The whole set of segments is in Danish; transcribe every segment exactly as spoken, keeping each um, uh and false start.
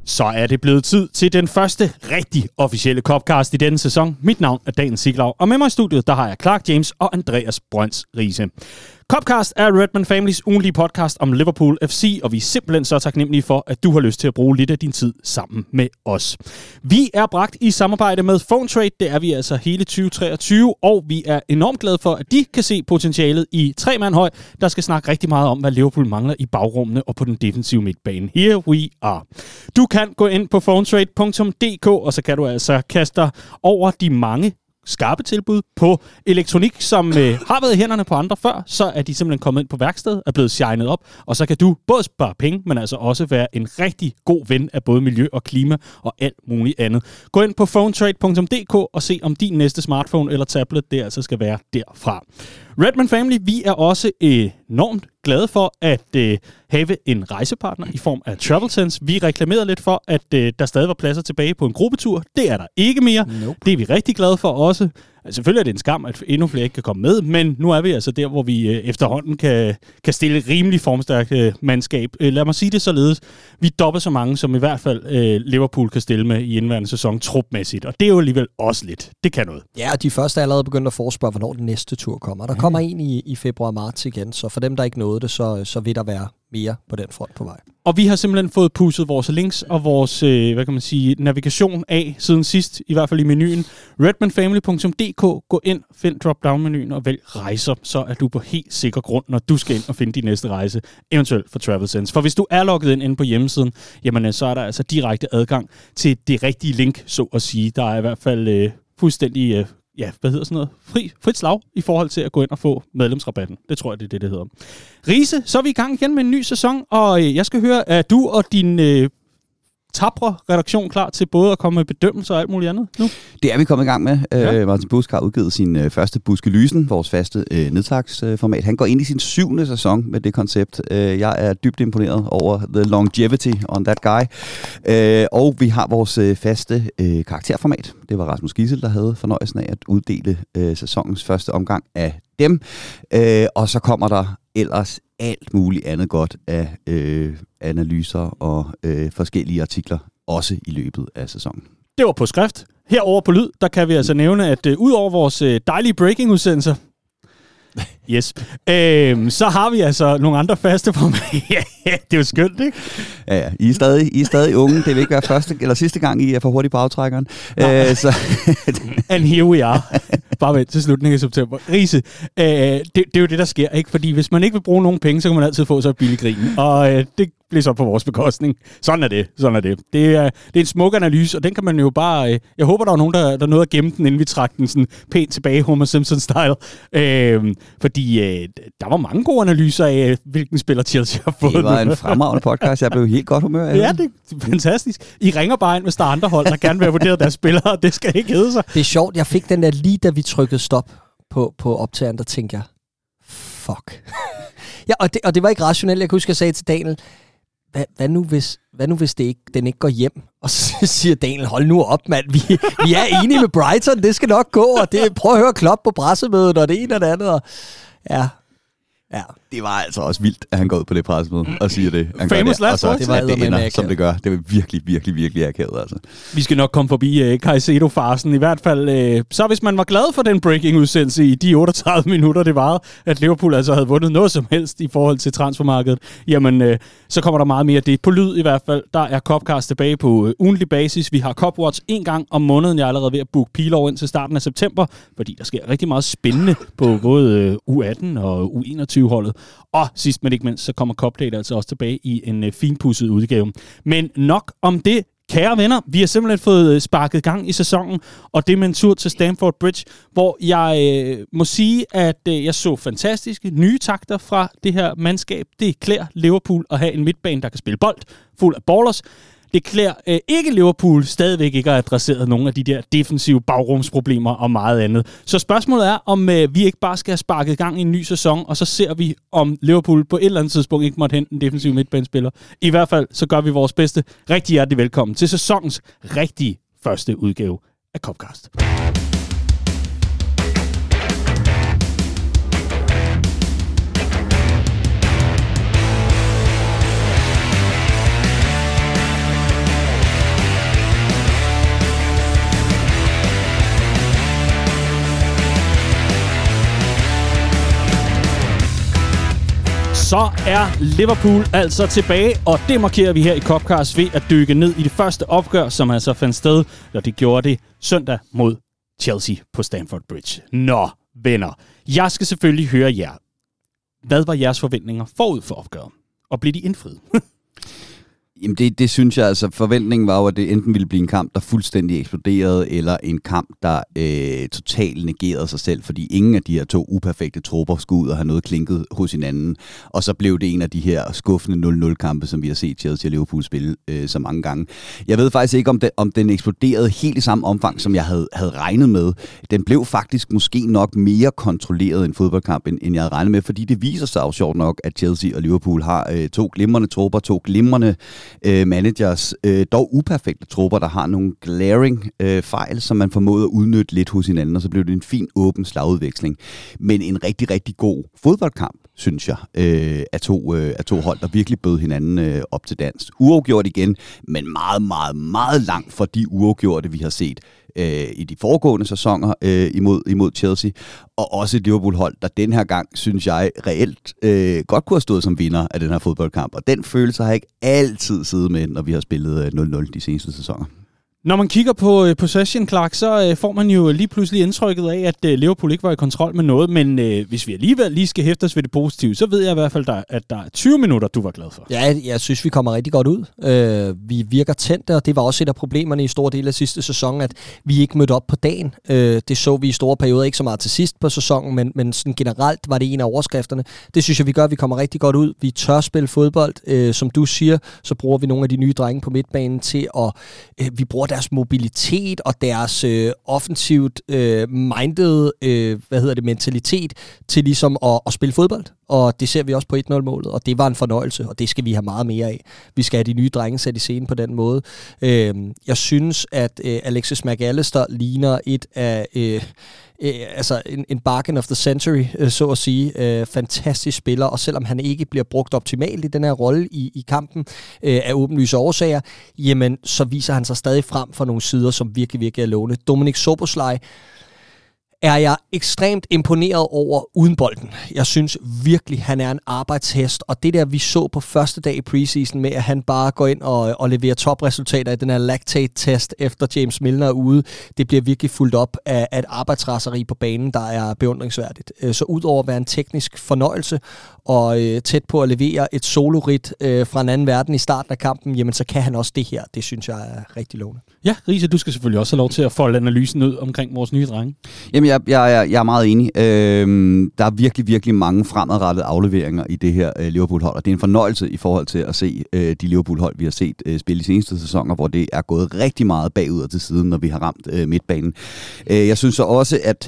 Så er det blevet tid til den første rigtig officielle Copcast i denne sæson. Mit navn er Daniel Siglau, og med mig i studiet, der har jeg Clark James og Andreas Brøns Riise. Copcast er Redman Families ugentlige podcast om Liverpool F C, og vi er simpelthen så taknemmelige for, at du har lyst til at bruge lidt af din tid sammen med os. Vi er bragt i samarbejde med PhoneTrade, det er vi altså hele tyve treogtyve, og vi er enormt glade for, at de kan se potentialet i tre mand høj, der skal snakke rigtig meget om, hvad Liverpool mangler i bagrummene og på den defensive midtbane. Here we are. Du kan gå ind på phonetrade punktum d k, og så kan du altså kaste dig over de mange skarpe tilbud på elektronik, som øh, har været i hænderne på andre før, så er de simpelthen kommet ind på værkstedet, er blevet shined op, og så kan du både spare penge, men altså også være en rigtig god ven af både miljø og klima og alt muligt andet. Gå ind på phonetrade punktum d k og se, om din næste smartphone eller tablet, det altså skal være derfra. Redman Family, vi er også enormt glade for at øh, have en rejsepartner i form af TravelSense. Vi reklamerede lidt for, at øh, der stadig var pladser tilbage på en gruppetur. Det er der ikke mere. Nope. Det er vi rigtig glade for også. Altså, selvfølgelig er det en skam, at endnu flere ikke kan komme med, men nu er vi altså der, hvor vi øh, efterhånden kan, kan stille et rimelig formstærkt øh, mandskab. Øh, lad mig sige det således. Vi er dobbelt så mange, som i hvert fald øh, Liverpool kan stille med i indværende sæson trupmæssigt, og det er jo alligevel også lidt. Det kan noget. Ja, og de første er allerede begyndt at forespørge, hvornår den næste tur kommer. Der kommer en i, i februar-marts igen, så for dem, der ikke nåede det, så, så vil der være mere på den front på vej. Og vi har simpelthen fået pusset vores links og vores, øh, hvad kan man sige, navigation af siden sidst, i hvert fald i menuen. redman family punktum d k. Gå ind, find drop-down-menuen og vælg rejser, så er du på helt sikker grund, når du skal ind og finde din næste rejse, eventuelt for TravelSense. For hvis du er logget ind inde på hjemmesiden, jamen så er der altså direkte adgang til det rigtige link, så at sige. Der er i hvert fald øh, fuldstændig... Øh, ja, hvad hedder sådan noget? Fri, frit slag i forhold til at gå ind og få medlemsrabatten. Det tror jeg, det er det, det hedder. Riise, så er vi i gang igen med en ny sæson, og øh, jeg skal høre, er du og din øh, tapre redaktion klar til både at komme med bedømmelser og alt muligt andet nu? Det er vi kommet i gang med. Ja. Uh, Martin Busk har udgivet sin uh, første Buskelysen, vores faste uh, nedtagsformat. Uh, Han går ind i sin syvende sæson med det koncept. Uh, jeg er dybt imponeret over the longevity on that guy. Uh, og vi har vores uh, faste uh, karakterformat. Det var Rasmus Gissel, der havde fornøjelsen af at uddele uh, sæsonens første omgang af dem. Uh, og så kommer der ellers alt muligt andet godt af øh, analyser og øh, forskellige artikler, også i løbet af sæsonen. Det var på skrift. Herover på lyd, der kan vi altså nævne, at øh, ud over vores øh, dejlige breaking-udsendelser, yes, øh, så har vi altså nogle andre faste formater. Ja, det er jo skønt, ikke? Ja, ja. I er stadig, I er stadig unge. Det vil ikke være første eller sidste gang, I er for hurtigt på aftrækkeren. Øh, så And here we are. Bare vent til slutningen af september. Riise, øh, det, det er jo det, der sker, ikke? Fordi hvis man ikke vil bruge nogen penge, så kan man altid få så et billigt grin. Og øh, det bliver så på vores bekostning. Sådan er det. Sådan er det. Det er, det er en smuk analyse, og den kan man jo bare... Øh, jeg håber, der var nogen, der, der nåede at gemme den, inden vi trak den sådan pænt tilbage, Homer Simpson-style. Øh, fordi øh, der var mange gode analyser af, hvilken spiller Chelsea har fået. Det var en fremragende podcast. Jeg blev helt godt humør af. Ja, det er fantastisk. I ringer bare ind, hvis der er andre hold, der gerne vil have vurderet deres spillere, og det skal ikke hedde sig. Det er sjovt. Jeg fik den der lige, da vi trykkede stop på, på optageren, der tænkte jeg, fuck. Ja, og det, og det var ikke rationelt. Jeg kan huske, jeg sagde til Daniel, hvad, hvad nu hvis, hvad nu, hvis det ikke, den ikke går hjem? Og så siger Daniel, hold nu op, mand. Vi, vi er enige med Brighton. Det skal nok gå. Og det, prøv at høre Klopp på pressemødet, og det ene og det andet. Og, ja. Ja. Det var altså også vildt, at han går ud på det pressemøde og siger det. Han Famous gør det, og så det var at det ender, som det gør. Det var virkelig, virkelig, virkelig akavet, altså. Vi skal nok komme forbi uh, Caicedo-farsen. I hvert fald, uh, så hvis man var glad for den breaking-udsendelse i de otteogtredive minutter, det varede, at Liverpool altså havde vundet noget som helst i forhold til transfermarkedet, jamen, uh, så kommer der meget mere af det. På lyd i hvert fald, der er Copcast tilbage på uh, ugentlig basis. Vi har Copwatch en gang om måneden. Jeg er allerede ved at booke Pilov ind til starten af september, fordi der sker rigtig meget spændende på både uh, U atten og U enogtyve-holdet. Og sidst men ikke mindst, så kommer Copdate altså også tilbage i en øh, finpudset udgave. Men nok om det, kære venner. Vi har simpelthen fået sparket gang i sæsonen, og det med en tur til Stamford Bridge, hvor jeg øh, må sige, at øh, jeg så fantastiske nye takter fra det her mandskab. Det klæder Liverpool at have en midtbane, der kan spille bold, fuld af ballers. Det klæder øh, ikke Liverpool stadigvæk ikke at adresseret nogle af de der defensive bagrumsproblemer og meget andet. Så spørgsmålet er, om øh, vi ikke bare skal have sparket gang i en ny sæson, og så ser vi, om Liverpool på et eller andet tidspunkt ikke måtte hente en defensiv midtbanespiller. I hvert fald, så gør vi vores bedste. Rigtig hjertelig velkommen til sæsonens rigtig første udgave af Copcast. Så er Liverpool altså tilbage, og det markerer vi her i Copcast ved at dykke ned i det første opgør, som altså fandt sted, og det gjorde det søndag mod Chelsea på Stamford Bridge. Nå, venner, jeg skal selvfølgelig høre jer. Hvad var jeres forventninger forud for opgøret? Og blev de indfriet? Jamen det, det synes jeg, altså forventningen var jo, at det enten ville blive en kamp, der fuldstændig eksploderede, eller en kamp, der øh, totalt negerede sig selv, fordi ingen af de her to uperfekte trupper skulle ud og have noget klinket hos hinanden. Og så blev det en af de her skuffende nul nul-kampe, som vi har set Chelsea og Liverpool spille øh, så mange gange. Jeg ved faktisk ikke, om, det, om den eksploderede helt i samme omfang, som jeg havde, havde regnet med. Den blev faktisk måske nok mere kontrolleret en fodboldkamp, end, end jeg havde regnet med, fordi det viser sig jo sjovt nok, at Chelsea og Liverpool har øh, to glimrende trupper, to glimrende Øh, managers, øh, dog uperfekte trupper, der har nogle glaring øh, fejl, som man formåede at udnytte lidt hos hinanden, og så blev det en fin, åben slagudveksling. Men en rigtig, rigtig god fodboldkamp, synes jeg, øh, af, to, øh, af to hold, der virkelig bød hinanden øh, op til dans. Uafgjort igen, men meget, meget, meget langt fra de uafgjorte, vi har set øh, i de foregående sæsoner øh, imod, imod Chelsea, og også et Liverpool-hold, der den her gang, synes jeg, reelt øh, godt kunne have stået som vinder af den her fodboldkamp. Og den følelse har jeg ikke altid siddet med, når vi har spillet nul nul de seneste sæsoner. Når man kigger på uh, possession, Clark, så uh, får man jo lige pludselig indtrykket af, at uh, Liverpool ikke var i kontrol med noget, men uh, hvis vi alligevel lige skal hæfte os ved det positive, så ved jeg i hvert fald, der, at der er tyve minutter, du var glad for. Ja, jeg synes, vi kommer rigtig godt ud. Uh, vi virker tændte, og det var også et af problemerne i store dele af sidste sæson, at vi ikke mødte op på dagen. Uh, det så vi i store perioder, ikke så meget til sidst på sæsonen, men, men sådan generelt var det en af overskrifterne. Det synes jeg, vi gør, vi kommer rigtig godt ud. Vi tør spille fodbold. Uh, som du siger, så bruger vi nogle af de nye drenge på midtbanen til at... Uh, vi bruger deres mobilitet og deres øh, offensivt øh, minded øh, hvad hedder det, mentalitet til ligesom at, at spille fodbold. Og det ser vi også på et nul-målet, og det var en fornøjelse, og det skal vi have meget mere af. Vi skal have de nye drenge sat i scenen på den måde. Øh, jeg synes, at øh, Alexis McAllister ligner et af... Øh, Øh, altså en, en bargain of the century, øh, så at sige. Øh, fantastisk spiller, og selvom han ikke bliver brugt optimalt i den her rolle i, i kampen øh, af åbenlyse årsager, jamen så viser han sig stadig frem for nogle sider, som virkelig, virkelig er lovende. Dominik Szoboszlai er jeg ekstremt imponeret over uden bolden. Jeg synes virkelig, han er en arbejdshest, og det der, vi så på første dag i preseason med, at han bare går ind og, og leverer topresultater i den her lactate-test, efter James Milner er ude, det bliver virkelig fuldt op af, af et arbejdsraseri på banen, der er beundringsværdigt. Så udover at være en teknisk fornøjelse, og øh, tæt på at levere et solorit øh, fra en anden verden i starten af kampen, jamen så kan han også det her. Det synes jeg er rigtig lovende. Ja, Riese, du skal selvfølgelig også have lov til at folde analysen ud omkring vores nye drenge. Jamen, jeg, jeg, jeg er meget enig. Øhm, der er virkelig, virkelig mange fremadrettede afleveringer i det her øh, Liverpool-hold, og det er en fornøjelse i forhold til at se øh, de Liverpool-hold, vi har set øh, spille de seneste sæsoner, hvor det er gået rigtig meget bagud og til siden, når vi har ramt øh, midtbanen. Øh, jeg synes så også, at,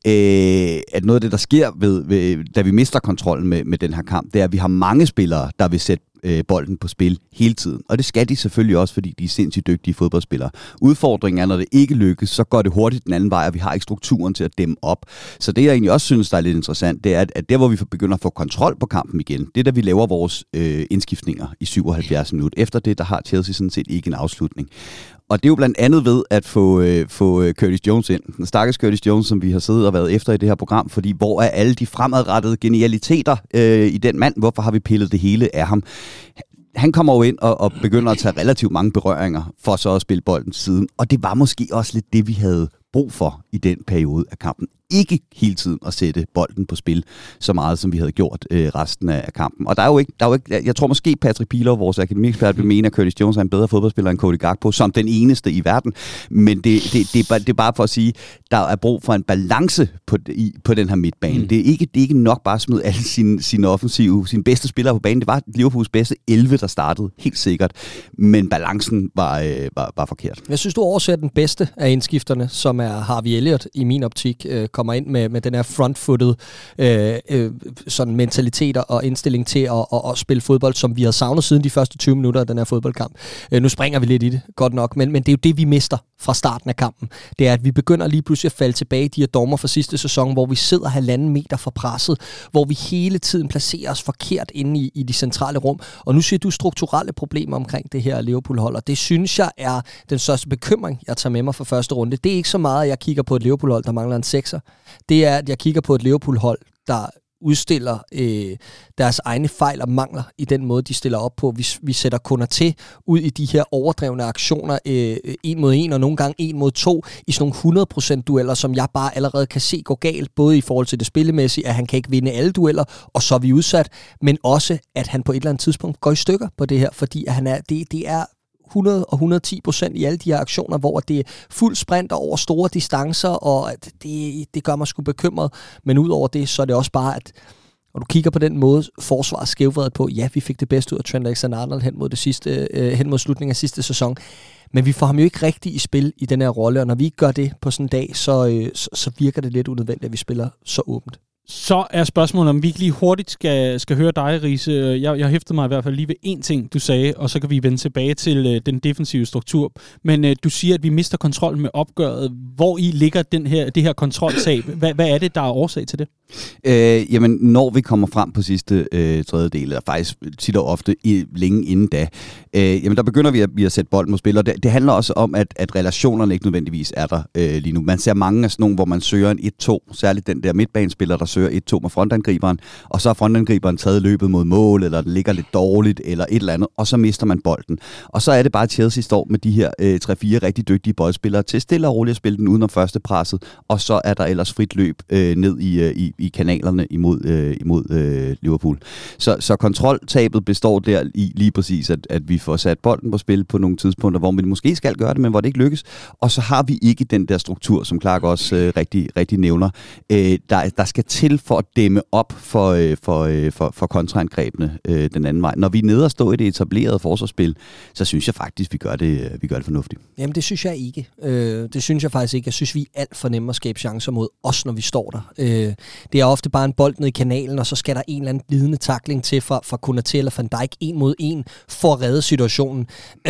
øh, at noget af det, der sker, ved, ved, da vi mister kontrollen med, med den her kamp, det er, at vi har mange spillere, der vil sætte øh, bolden på spil hele tiden. Og det skal de selvfølgelig også, fordi de er sindssygt dygtige fodboldspillere. Udfordringen er, når det ikke lykkes, så går det hurtigt den anden vej, og vi har ikke strukturen til at dæmme op. Så det, jeg egentlig også synes, der er lidt interessant, det er, at der, hvor vi begynder at få kontrol på kampen igen, det er, da vi laver vores øh, indskiftninger i syvoghalvfjerds minutter. Efter det, der har Chelsea sådan set ikke en afslutning. Og det er jo blandt andet ved at få, øh, få Curtis Jones ind. Den stakkels Curtis Jones, som vi har siddet og været efter i det her program, fordi hvor er alle de fremadrettede genialiteter øh, i den mand? Hvorfor har vi pillet det hele af ham? Han kommer jo ind og, og begynder at tage relativt mange berøringer for så at spille bolden til siden. Og det var måske også lidt det, vi havde brug for i den periode af kampen. Ikke hele tiden at sætte bolden på spil så meget, som vi havde gjort øh, resten af kampen. Og der er jo ikke, der er jo ikke, jeg tror måske Patrick Pilov, vores akademiekspert, vil mene, at Curtis Jones er en bedre fodboldspiller end Cody Gakpo, som den eneste i verden. Men det, det, det, er, bare, det er bare for at sige, der er brug for en balance på, i, på den her midtbane. Mm. Det, er ikke, det er ikke nok bare at smide alle sine, sine offensive, sine bedste spillere på banen. Det var Liverpools bedste elleve, der startede, helt sikkert. Men balancen var, øh, var, var forkert. Jeg synes, du overser den bedste af indskifterne, som er Harvey Elliott i min optik, øh, kommer ind med, med den her front-footed øh, øh, sådan mentalitet og indstilling til at, at, at spille fodbold, som vi har savnet siden de første tyve minutter af den her fodboldkamp. Øh, nu springer vi lidt i det, godt nok, men, men det er jo det, vi mister fra starten af kampen. Det er, at vi begynder lige pludselig at falde tilbage i de her dogmer fra sidste sæson, hvor vi sidder halvanden meter fra presset, hvor vi hele tiden placerer os forkert inde i, i de centrale rum. Og nu siger du strukturelle problemer omkring det her Liverpool-hold, og det synes jeg er den største bekymring, jeg tager med mig fra første runde. Det er ikke så meget, at jeg kigger på et Liverpool-hold, der mangler en sekser. Det er, at jeg kigger på et Liverpool-hold, der udstiller øh, deres egne fejl og mangler i den måde, de stiller op på. Vi, vi sætter kunder til ud i de her overdrevne aktioner, øh, en mod en og nogle gange en mod to, i sådan nogle hundrede procent dueller, som jeg bare allerede kan se gå galt, både i forhold til det spillemæssige, at han kan ikke vinde alle dueller, og så er vi udsat, men også, at han på et eller andet tidspunkt går i stykker på det her, fordi at han er, det, det er hundrede og hundrede og ti procent i alle de her aktioner, hvor det er fuld sprint over store distancer, og det, det gør mig sgu bekymret. Men udover det, så er det også bare, at når du kigger på den måde, forsvaret skævvredet på, ja, vi fik det bedste ud af Trent Alexander-Arnold hen mod det sidste, øh, hen mod slutningen af sidste sæson, men vi får ham jo ikke rigtig i spil i den her rolle, og når vi ikke gør det på sådan en dag, så, øh, så, så virker det lidt unødvendigt, at vi spiller så åbent. Så er spørgsmålet, om vi ikke lige hurtigt skal, skal høre dig, Riese. Jeg, jeg hæftede mig i hvert fald lige ved én ting, du sagde, og så kan vi vende tilbage til øh, den defensive struktur. Men øh, du siger, at vi mister kontrollen med opgøret. Hvor i ligger den her, det her kontroltab? Hvad, hvad er det, der er årsag til det? Øh, jamen, når vi kommer frem på sidste øh, tredjedel, eller faktisk tit og ofte i, længe inden da, øh, jamen der begynder vi at, vi at sætte bolden på spil, og det, det handler også om, at, at relationerne ikke nødvendigvis er der øh, lige nu. Man ser mange af sådan nogle, hvor man søger en et to, særligt den der midtbanespiller, der søger et to med frontangriberen, og så har frontangriberen taget løbet mod mål, eller den ligger lidt dårligt, eller et eller andet, og så mister man bolden. Og så er det bare, at Chelsea står med de her øh, tre fire rigtig dygtige boldspillere til stille og roligt at spille den udenom første presset, og så er der ellers frit løb øh, ned i, øh, i, i kanalerne imod, øh, imod øh, Liverpool. Så, så kontroltabet består der i lige præcis, at, at vi får sat bolden på spil på nogle tidspunkter, hvor vi måske skal gøre det, men hvor det ikke lykkes, og så har vi ikke den der struktur, som Clark også øh, rigtig, rigtig nævner. Øh, der, der skal til for at dæmme op for, øh, for, øh, for, for kontraangrebene øh, den anden vej. Når vi er nede og stå i det etablerede forsvarsspil, så synes jeg faktisk, vi gør det, vi gør det fornuftigt. Jamen, det synes jeg ikke. Øh, det synes jeg faktisk ikke. Jeg synes, vi er alt for nemme at skabe chancer mod os, når vi står der. Øh, det er ofte bare en bold ned i kanalen, og så skal der en eller anden glidende tackling til fra, fra Konaté eller Van Dijk en mod en for at redde situationen.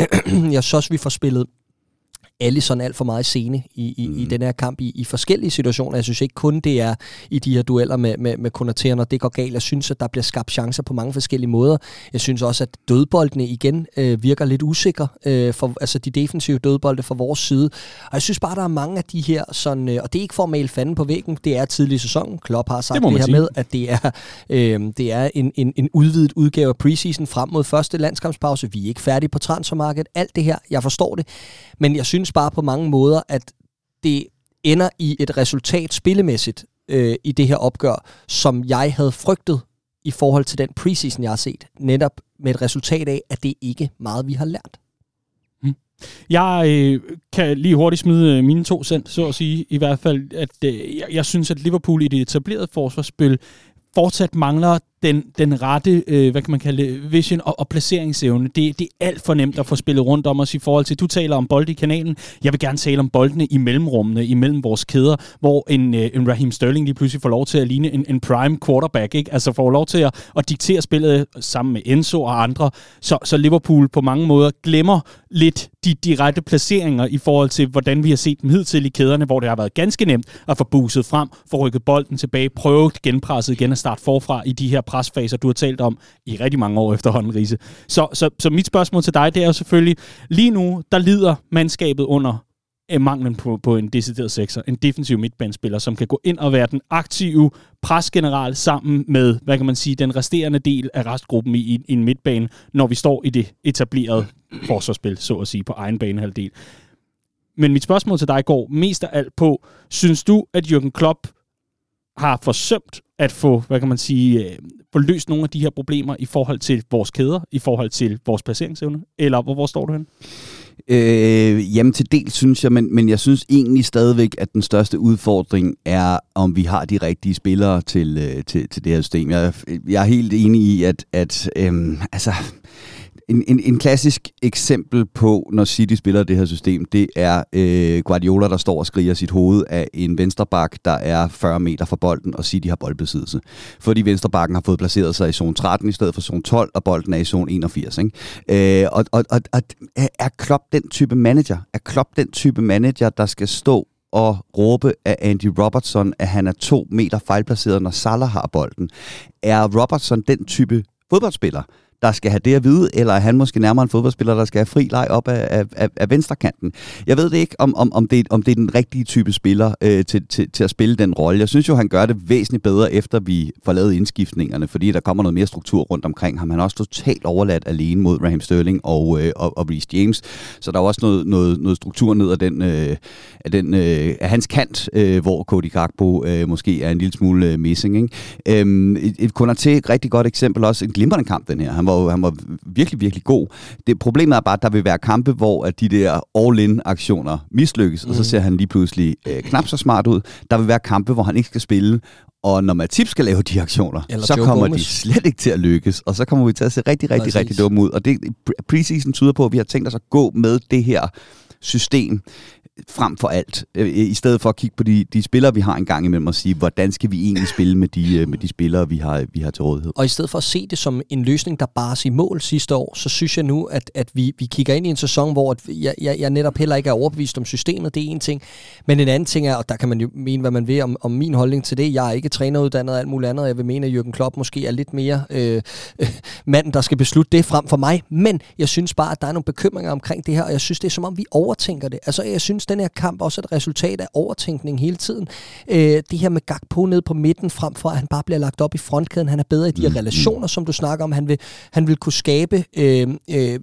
Jeg synes også, vi får spillet Alisson alt for meget scene i, i, mm. i den her kamp i, i forskellige situationer. Jeg synes ikke kun det er i de her dueller med, med, med Konaté, når det går galt. Jeg synes, at der bliver skabt chancer på mange forskellige måder. Jeg synes også, at dødboldene igen øh, virker lidt usikre. Øh, for, altså de defensive dødbolde fra vores side. Og jeg synes bare, der er mange af de her, sådan, øh, og det er ikke for at male fanden på væggen, det er tidlig sæson. Klopp har sagt det, det her sige. med, at det er, øh, det er en, en, en udvidet udgave af preseason frem mod første landskampspause. Vi er ikke færdige på transfermarkedet. Alt det her, jeg forstår det. Men jeg synes bare på mange måder, at det ender i et resultat spillemæssigt øh, i det her opgør, som jeg havde frygtet i forhold til den preseason, jeg har set. Netop med et resultat af, at det ikke er meget, vi har lært. Hmm. Jeg øh, kan lige hurtigt smide mine to cent, så at sige, i hvert fald, at øh, jeg, jeg synes, at Liverpool i det etablerede forsvarsspil fortsat mangler den, den rette, øh, hvad kan man kalde det, vision og, og placeringsevne. Det, det er alt for nemt at få spillet rundt om os i forhold til, du taler om bolde i kanalen, jeg vil gerne tale om boldene i mellemrummene, imellem vores kæder, hvor en, øh, en Raheem Sterling lige pludselig får lov til at ligne en, en prime quarterback, ikke? Altså får lov til at, at diktere spillet sammen med Enzo og andre, så, så Liverpool på mange måder glemmer lidt de, de rette placeringer i forhold til, hvordan vi har set dem hidtil i kæderne, hvor det har været ganske nemt at få buset frem, få rykket bolden tilbage, prøvet genpresset igen at starte forfra i de her presfaser, du har talt om i rigtig mange år efterhånden, Riese. Så, så, så mit spørgsmål til dig, det er jo selvfølgelig, lige nu, der lider mandskabet under eh, manglen på, på en decideret sekser, en defensiv midtbanespiller, som kan gå ind og være den aktive presgeneral sammen med, hvad kan man sige, den resterende del af restgruppen i, i, i en midtbane, når vi står i det etablerede forsvarsspil, så at sige, på egen banehalvdel. Men mit spørgsmål til dig går mest af alt på, synes du, at Jürgen Klopp har forsømt at få, hvad kan man sige, øh, få løst nogle af de her problemer i forhold til vores kæder, i forhold til vores placeringsevne? Eller hvor, hvor står du hen? Øh, jamen til del synes jeg, men, men jeg synes egentlig stadigvæk, at den største udfordring er, om vi har de rigtige spillere til, øh, til, til det her system. Jeg, jeg er helt enig i, at, at øh, altså... En, en, en klassisk eksempel på, når City spiller det her system, det er øh, Guardiola, der står og skriger sit hoved af en venstreback, der er fyrre meter fra bolden, og City har boldbesiddelse. Fordi venstrebacken har fået placeret sig i zone tretten i stedet for zone tolv, og bolden er i zone enogfirs. Ikke? Øh, og, og, og, og er Klopp den type manager? Er Klopp den type manager, der skal stå og råbe af Andy Robertson, at han er to meter fejlplaceret, når Salah har bolden? Er Robertson den type fodboldspiller, der skal have det at vide, eller er han måske nærmere en fodboldspiller, der skal have fri leg op af, af, af venstrekanten? Jeg ved det ikke, om, om, om, det, om det er den rigtige type spiller øh, til, til, til at spille den rolle. Jeg synes jo, han gør det væsentligt bedre, efter vi får lavet indskiftningerne, fordi der kommer noget mere struktur rundt omkring ham. Han er også totalt overladt alene mod Raheem Sterling og, øh, og, og Reece James, så der er også noget, noget, noget struktur ned af, den, øh, af, den, øh, af hans kant, øh, hvor Cody Gakpo øh, måske er en lille smule øh, missing. Ikke? Øhm, et, et Konaté, et rigtig godt eksempel, også en glimrende kamp, den her. Han var, han var virkelig, virkelig god. Det problemet er bare, at der vil være kampe, hvor at de der all-in-aktioner mislykkes, mm. og så ser han lige pludselig øh, knap så smart ud. Der vil være kampe, hvor han ikke skal spille, og når Matip skal lave de aktioner, eller så Joe kommer Gomez. De slet ikke til at lykkes, og så kommer vi til at se rigtig, rigtig, Præcis. rigtig dumme ud. Og det preseason tyder på, at vi har tænkt os at gå med det her system frem for alt, i stedet for at kigge på de, de spillere, vi har en gang imellem, og sige, hvordan skal vi egentlig spille med de, med de spillere, vi har, vi har til rådighed. Og i stedet for at se det som en løsning, der bare i mål sidste år, så synes jeg nu, at, at vi, vi kigger ind i en sæson, hvor jeg, jeg, jeg netop heller ikke er overbevist om systemet, det er en ting, men en anden ting er, og der kan man jo mene, hvad man vil om, om min holdning til det, jeg er ikke træneruddannet og alt muligt andet, og jeg vil mene, at Jürgen Klopp måske er lidt mere øh, øh, manden, der skal beslutte det frem for mig, men jeg synes bare, at der er nogle bekymringer omkring det her, og jeg synes, det er som om, vi overtænker det. Altså, jeg synes, den her kamp også er et resultat af overtænkning hele tiden. Øh, det her med Gakpo ned på midten, frem for at han bare bliver lagt op i frontkæden. Han er bedre i de her mm. relationer, som du snakker om. Han vil, han vil kunne skabe øh, øh,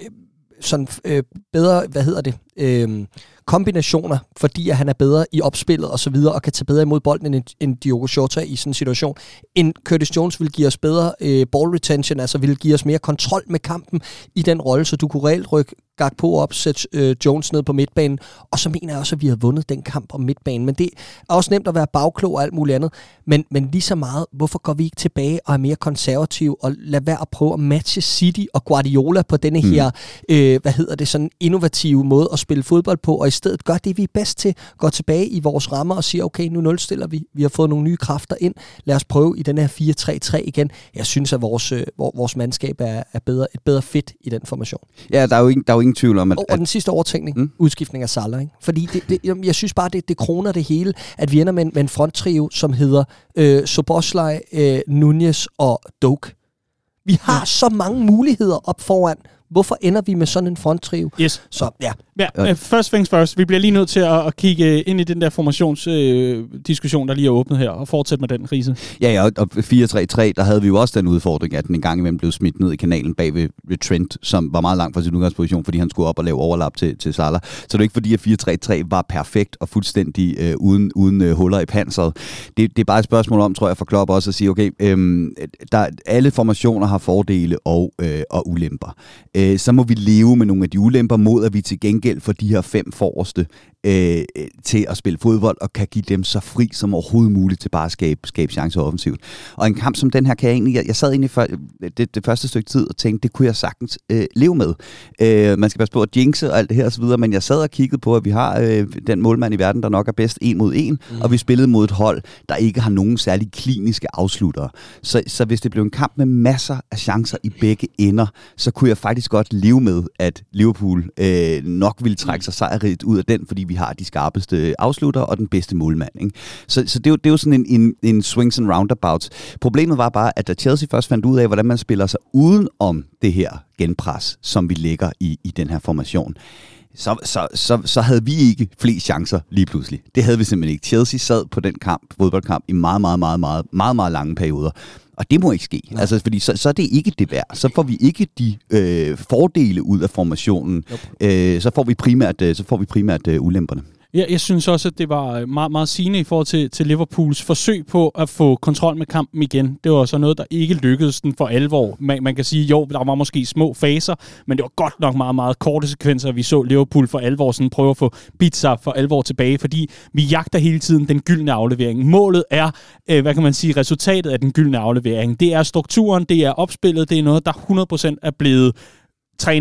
sådan øh, bedre, hvad hedder det, øh, kombinationer, fordi at han er bedre i opspillet og så videre, og kan tage bedre imod bolden end, end Diogo Jota i sådan en situation. En Curtis Jones vil give os bedre øh, ball retention, altså vil give os mere kontrol med kampen i den rolle, så du kunne reelt rykke Gakpo op, sætte øh, Jones ned på midtbanen, og så mener jeg også, at vi har vundet den kamp om midtbanen. Men det er også nemt at være bagklog og alt muligt andet, men, men lige så meget, hvorfor går vi ikke tilbage og er mere konservative, og lad være at prøve at matche City og Guardiola på denne mm. her, øh, hvad hedder det, sådan innovative måde at spille fodbold på, og i stedet gør det, vi er bedst til, går tilbage i vores rammer og siger, okay, nu nulstiller vi, vi har fået nogle nye kræfter ind, lad os prøve i den her fire tre tre igen. Jeg synes, at vores, øh, vores mandskab er, er bedre, et bedre fit i den formation. Ja, der er jo ingen, der er jo ingen tvivl om, at... Og, og den sidste overtænkning, mm? udskiftning af Salah, ikke? Fordi det, det, jeg synes bare, det, det kroner det hele, at vi ender med en, med en fronttrio, som hedder øh, Szoboszlai, øh, Nunez og Doak. Vi har ja. så mange muligheder op foran. Hvorfor ender vi med sådan en fronttrio? Yes. Så, ja. Ja, øh, first things first. Vi bliver lige nødt til at, at kigge ind i den der formationsdiskussion, øh, der lige er åbnet her, og fortsætte med den, Riese. Ja, ja, og fire tre tre, der havde vi jo også den udfordring, at den en gang imellem blev smidt ned i kanalen bag ved, ved Trent, som var meget langt fra sin udgangsposition, fordi han skulle op og lave overlap til, til Salah. Så det er ikke fordi, at fire tre tre var perfekt og fuldstændig øh, uden, uden øh, huller i panseret. Det, det er bare et spørgsmål om, tror jeg, for Klopp også at sige, okay, øh, der, alle formationer har fordele og, øh, og ulemper. Øh, så må vi leve med nogle af de ulemper mod, at vi til gengæld for de her fem forreste øh, til at spille fodbold, og kan give dem så fri som overhovedet muligt til bare at skabe, skabe chancer offensivt. Og en kamp som den her kan jeg egentlig, jeg, jeg sad egentlig for det, det første stykke tid og tænkte, det kunne jeg sagtens øh, leve med. Øh, man skal passe på at jinxe og alt det her og så videre, men jeg sad og kiggede på, at vi har øh, den målmand i verden, der nok er bedst en mod en, mm. og vi spillede mod et hold, der ikke har nogen særlig kliniske afsluttere. Så, så hvis det blev en kamp med masser af chancer i begge ender, så kunne jeg faktisk godt leve med, at Liverpool øh, nok ville trække sig sejrigt ud af den, fordi vi har de skarpeste afslutter og den bedste målmand. Ikke? Så, så det, er jo, det er jo sådan en, en, en swings and roundabouts. Problemet var bare, at da Chelsea først fandt ud af, hvordan man spiller sig uden om det her genpres, som vi lægger i, i den her formation, så, så, så, så havde vi ikke flest chancer lige pludselig. Det havde vi simpelthen ikke. Chelsea sad på den kamp, fodboldkamp, i meget, meget, meget, meget, meget, meget lange perioder. Og det må ikke ske, ja. altså, fordi så, så er det ikke det værd. Så får vi ikke de øh, fordele ud af formationen. Øh, så får vi primært, øh, så får vi primært øh, ulemperne. Ja, jeg synes også, at det var meget, meget sigende i forhold til, til Liverpools forsøg på at få kontrol med kampen igen. Det var så noget, der ikke lykkedes den for alvor. Man, man kan sige, jo, der var måske små faser, men det var godt nok meget, meget korte sekvenser, vi så Liverpool for alvor sådan prøve at få bidt sig for alvor tilbage, fordi vi jagter hele tiden den gyldne aflevering. Målet er, øh, hvad kan man sige, resultatet af den gyldne aflevering. Det er strukturen, det er opspillet, det er noget, der hundrede procent er blevet trænet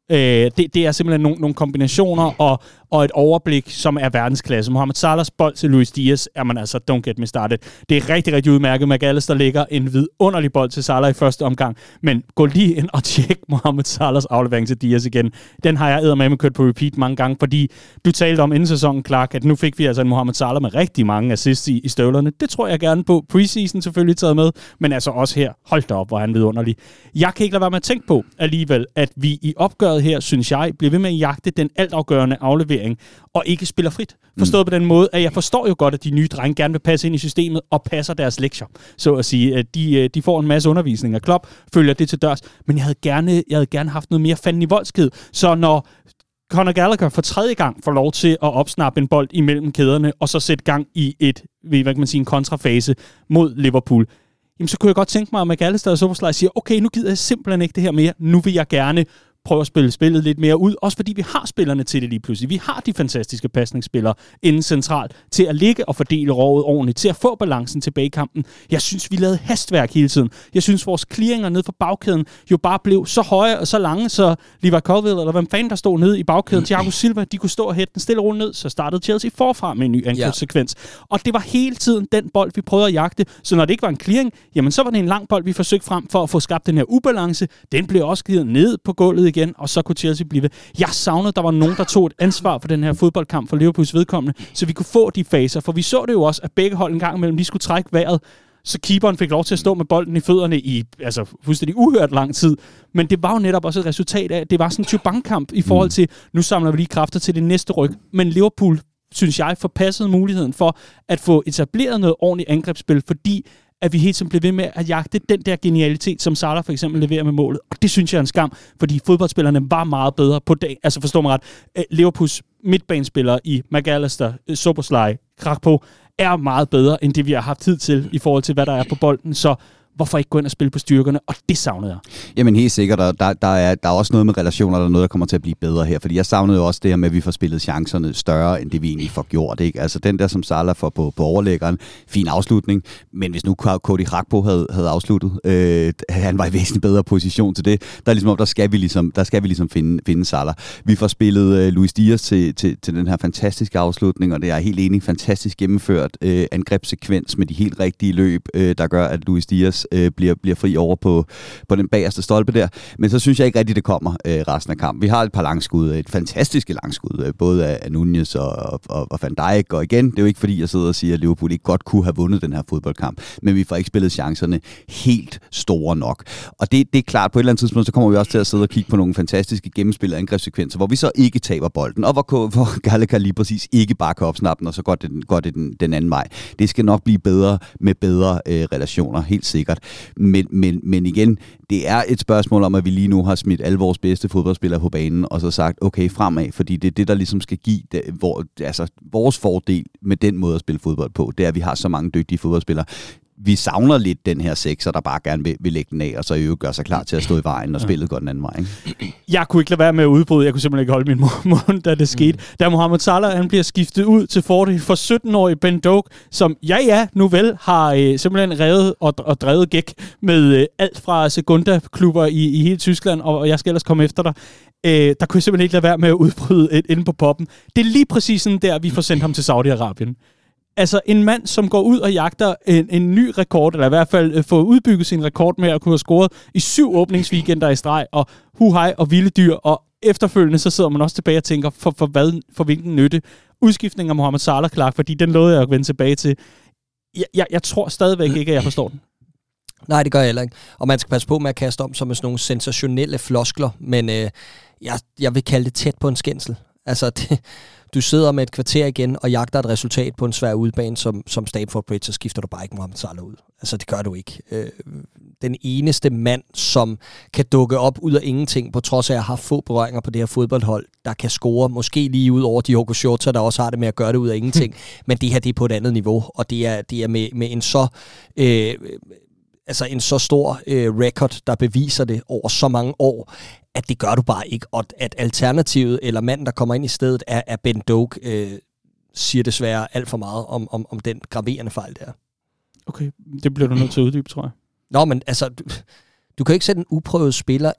Øh, det, det er simpelthen nogle, nogle kombinationer og, og et overblik, som er verdensklasse. Mohamed Salahs bold til Luis Diaz er man altså, don't get me started. Det er rigtig, rigtig udmærket. McAllister lægger en vidunderlig bold til Salah i første omgang, men gå lige ind og tjek Mohamed Salahs aflevering til Diaz igen. Den har jeg eddermame kørt på repeat mange gange, fordi du talte om inden sæsonen, Clark, at nu fik vi altså en Mohamed Salah med rigtig mange assists i, i støvlerne. Det tror jeg gerne på. Preseason selvfølgelig taget med, men altså også her. Hold da op, hvor er han vidunderlig. Jeg kan ikke lade være med at tænke på alligevel, at vi i opgøret her, synes jeg, bliver ved med at jagte den altafgørende aflevering, og ikke spiller frit. Forstået mm. på den måde, at jeg forstår jo godt, at de nye drenge gerne vil passe ind i systemet, og passer deres lektier. Så at sige, at de, de får en masse undervisning af Klopp, følger det til dørs, men jeg havde gerne, jeg havde gerne haft noget mere fanden i voldsked. Så når Conor Gallagher for tredje gang får lov til at opsnappe en bold imellem kæderne, og så sætte gang i et, hvad kan man sige, en kontrafase mod Liverpool, jamen så kunne jeg godt tænke mig, at McAllister og Szoboszlai siger, okay, nu gider jeg simpelthen ikke det her mere, nu vil jeg gerne prøve at spille spillet lidt mere ud, også fordi vi har spillerne til det lige pludselig. Vi har de fantastiske pasningsspillere inden centralt til at ligge og fordele rovet ordentligt, til at få balancen tilbage i kampen. Jeg synes, vi lavede hastværk hele tiden. Jeg synes, vores clearinger ned for bagkæden jo bare blev så høje og så lange, så Levi Colwill, eller hvem fanden der stod nede i bagkæden, Thiago Silva, de kunne stå og hætte den stille roligt ned, så startede Chelsea forfra med en ny angrebssekvens. Ja. Og det var hele tiden den bold, vi prøvede at jagte, så når det ikke var en clearing, jamen så var det en lang bold, vi forsøgte frem for at få skabt den her ubalance. Den blev også givet ned på gulvet igen, og så kunne Chelsea blive ved. Jeg savnede, at der var nogen, der tog et ansvar for den her fodboldkamp for Liverpools vedkommende, så vi kunne få de faser, for vi så det jo også, at begge hold en gang imellem, de skulle trække vejret, så keeperen fik lov til at stå med bolden i fødderne i altså fuldstændig uhørt lang tid. Men det var jo netop også et resultat af, at det var sådan en type-bankkamp i forhold til, nu samler vi lige kræfter til det næste ryg. Men Liverpool, synes jeg, forpassede muligheden for at få etableret noget ordentligt angrebsspil, fordi at vi helt simpelthen blev ved med at jagte den der genialitet, som Salah for eksempel leverer med målet. Og det synes jeg er en skam, fordi fodboldspillerne var meget bedre på dag. Altså forstår mig ret, Liverpools midtbanespillere i McAllister, Szoboszlai, Krakpo, er meget bedre, end det vi har haft tid til, i forhold til, hvad der er på bolden. Så hvorfor ikke gå ind og spille på styrkerne? Og det savnede jeg. Jamen helt sikkert, der, der, der, er, der er også noget med relationer, der er noget, der kommer til at blive bedre her. Fordi jeg savnede jo også det her med, at vi får spillet chancerne større, end det vi egentlig får gjort. Ikke? Altså den der, som Salah får på, på overlæggeren, fin afslutning. Men hvis nu Cody Gakpo havde, havde afsluttet, øh, han var i væsentlig bedre position til det. Der er ligesom, der skal vi ligesom, der skal vi ligesom finde, finde Salah. Vi får spillet øh, Luis Diaz til, til, til den her fantastiske afslutning, og det er helt enig, fantastisk gennemført øh, angrebssekvens med de helt rigtige løb, øh, der gør, at Luis Diaz Øh, bliver, bliver fri over på, på den bagerste stolpe der. Men så synes jeg ikke rigtigt, det kommer øh, resten af kampen. Vi har et par langskud, et fantastisk langskud, øh, både af, af Nunez og, og, og Van Dijk. Og igen, det er jo ikke fordi, jeg sidder og siger, at Liverpool ikke godt kunne have vundet den her fodboldkamp, men vi får ikke spillet chancerne helt store nok. Og det, det er klart, på et eller andet tidspunkt, så kommer vi også til at sidde og kigge på nogle fantastiske gennemspillede angrebssekvenser, hvor vi så ikke taber bolden, og hvor, hvor Gallagher lige præcis ikke bare kan opsnappe den, og så går det, går det den, den anden vej. Det skal nok blive bedre med bedre øh, relationer, helt sikkert. Men, men, men igen, det er et spørgsmål om, at vi lige nu har smidt alle vores bedste fodboldspillere på banen, og så sagt, okay, fremad, fordi det er det, der ligesom skal give det, hvor, altså, vores fordel med den måde at spille fodbold på, det er, at vi har så mange dygtige fodboldspillere. Vi savner lidt den her sekser, der bare gerne vil, vil lægge den af, og så i øvrigt gør sig klar til at stå i vejen, når ja. spillet går den anden vej. Ikke? Jeg kunne ikke lade være med at udbryde. Jeg kunne simpelthen ikke holde min mund, da det skete. Mm. Da Mohamed Salah han bliver skiftet ud til fordel for sytten-årige Ben Doak, som ja ja, nu vel, har øh, simpelthen revet og, og drevet gæk med øh, alt fra Segunda-klubber i, i hele Tyskland, og, og jeg skal ellers komme efter dig. Øh, der kunne jeg simpelthen ikke lade være med at udbryde et, inde på poppen. Det er lige præcis sådan der, vi får sendt ham til Saudi-Arabien. Altså en mand, som går ud og jagter en, en ny rekord, eller i hvert fald øh, får udbygget sin rekord med at kunne have scoret i syv åbningsweekender i streg, og huhej og vilde dyr, og efterfølgende så sidder man også tilbage og tænker, for, for, hvad, for hvilken nytte? Udskiftning af Mohamed Salah, Clark, fordi den lovede jeg at vende tilbage til. Jeg, jeg, jeg tror stadigvæk ikke, at jeg forstår den. Nej, det gør jeg heller ikke. Og man skal passe på med at kaste om som med sådan nogle sensationelle floskler, men øh, jeg, jeg vil kalde det tæt på en skændsel. Altså, det, du sidder med et kvarter igen og jagter et resultat på en svær udbane, som, som Stamford Bridge, så skifter du bare ikke Mohamed Salah ud. Altså, det gør du ikke. Øh, den eneste mand, som kan dukke op ud af ingenting, på trods af at have få berøringer på det her fodboldhold, der kan score, måske lige ud over Diogo Jota, der også har det med at gøre det ud af ingenting. Men det her, det er på et andet niveau, og det er, det er med, med en så... Øh, altså en så stor øh, record, der beviser det over så mange år, at det gør du bare ikke. Og at alternativet, eller manden, der kommer ind i stedet, er, er Ben Doak, øh, siger desværre alt for meget om, om, om den graverende fejl der. Okay, det bliver du nødt til at uddybe, tror jeg. Nå, men altså, du, du kan ikke sætte en uprøvet spiller ind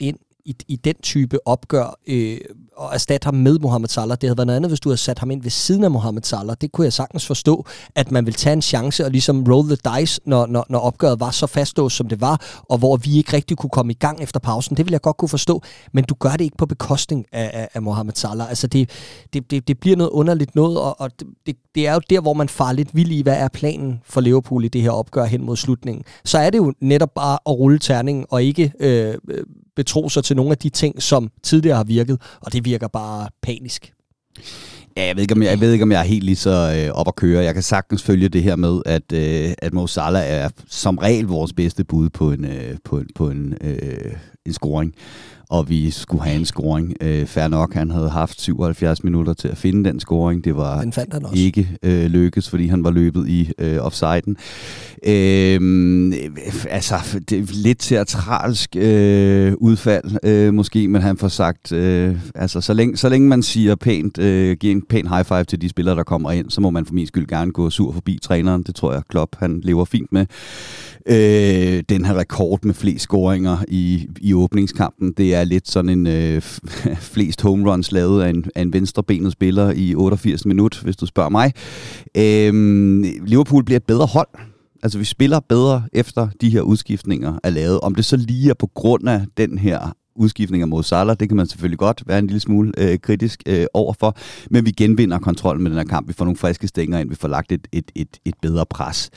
i, i den type opgør øh, og erstatte ham med Mohamed Salah. Det havde været noget andet, hvis du havde sat ham ind ved siden af Mohamed Salah. Det kunne jeg sagtens forstå, at man vil tage en chance og ligesom roll the dice, når, når, når opgøret var så fastlåst, som det var, og hvor vi ikke rigtig kunne komme i gang efter pausen. Det vil jeg godt kunne forstå, men du gør det ikke på bekostning af, af, af Mohamed Salah. Altså det, det, det, det bliver noget underligt noget, og, og det, det er jo der, hvor man farer lidt vild i, hvad er planen for Liverpool i det her opgør hen mod slutningen. Så er det jo netop bare at rulle terningen, og ikke øh, betro sig til nogle af de ting, som tidligere har virket, og det virker bare panisk. Ja, jeg ved ikke, om jeg, jeg ved ikke, om jeg er helt lige så øh, op at køre. Jeg kan sagtens følge det her med, at, øh, at Mo Salah er som regel vores bedste bud på en, øh, på en, på en, øh, en scoring. Og vi skulle have en scoring. Øh, fair nok, han havde haft syvoghalvfjerds minutter til at finde den scoring. Det var den fandt han også. ikke øh, lykkes, fordi han var løbet i øh, offsiden. Øh, altså, det er lidt teatralsk øh, udfald, øh, måske, men han får sagt, øh, altså, så længe, så længe man siger pænt, øh, giver en pæn high five til de spillere, der kommer ind, så må man for min skyld gerne gå sur forbi træneren. Det tror jeg, Klopp, han lever fint med. Øh, den her rekord med flest scoringer i, i åbningskampen, det er lidt sådan en øh, flest home runs lavet af en, af en venstrebenet spiller i otteogfirs minutter, hvis du spørger mig. Øh, Liverpool bliver et bedre hold. Altså, vi spiller bedre efter de her udskiftninger er lavet. Om det så lige er på grund af den her udskiftninger mod Salah, det kan man selvfølgelig godt være en lille smule øh, kritisk øh, overfor, men vi genvinder kontrollen med den her kamp. Vi får nogle friske stænger ind, vi får lagt et, et, et, et bedre pres.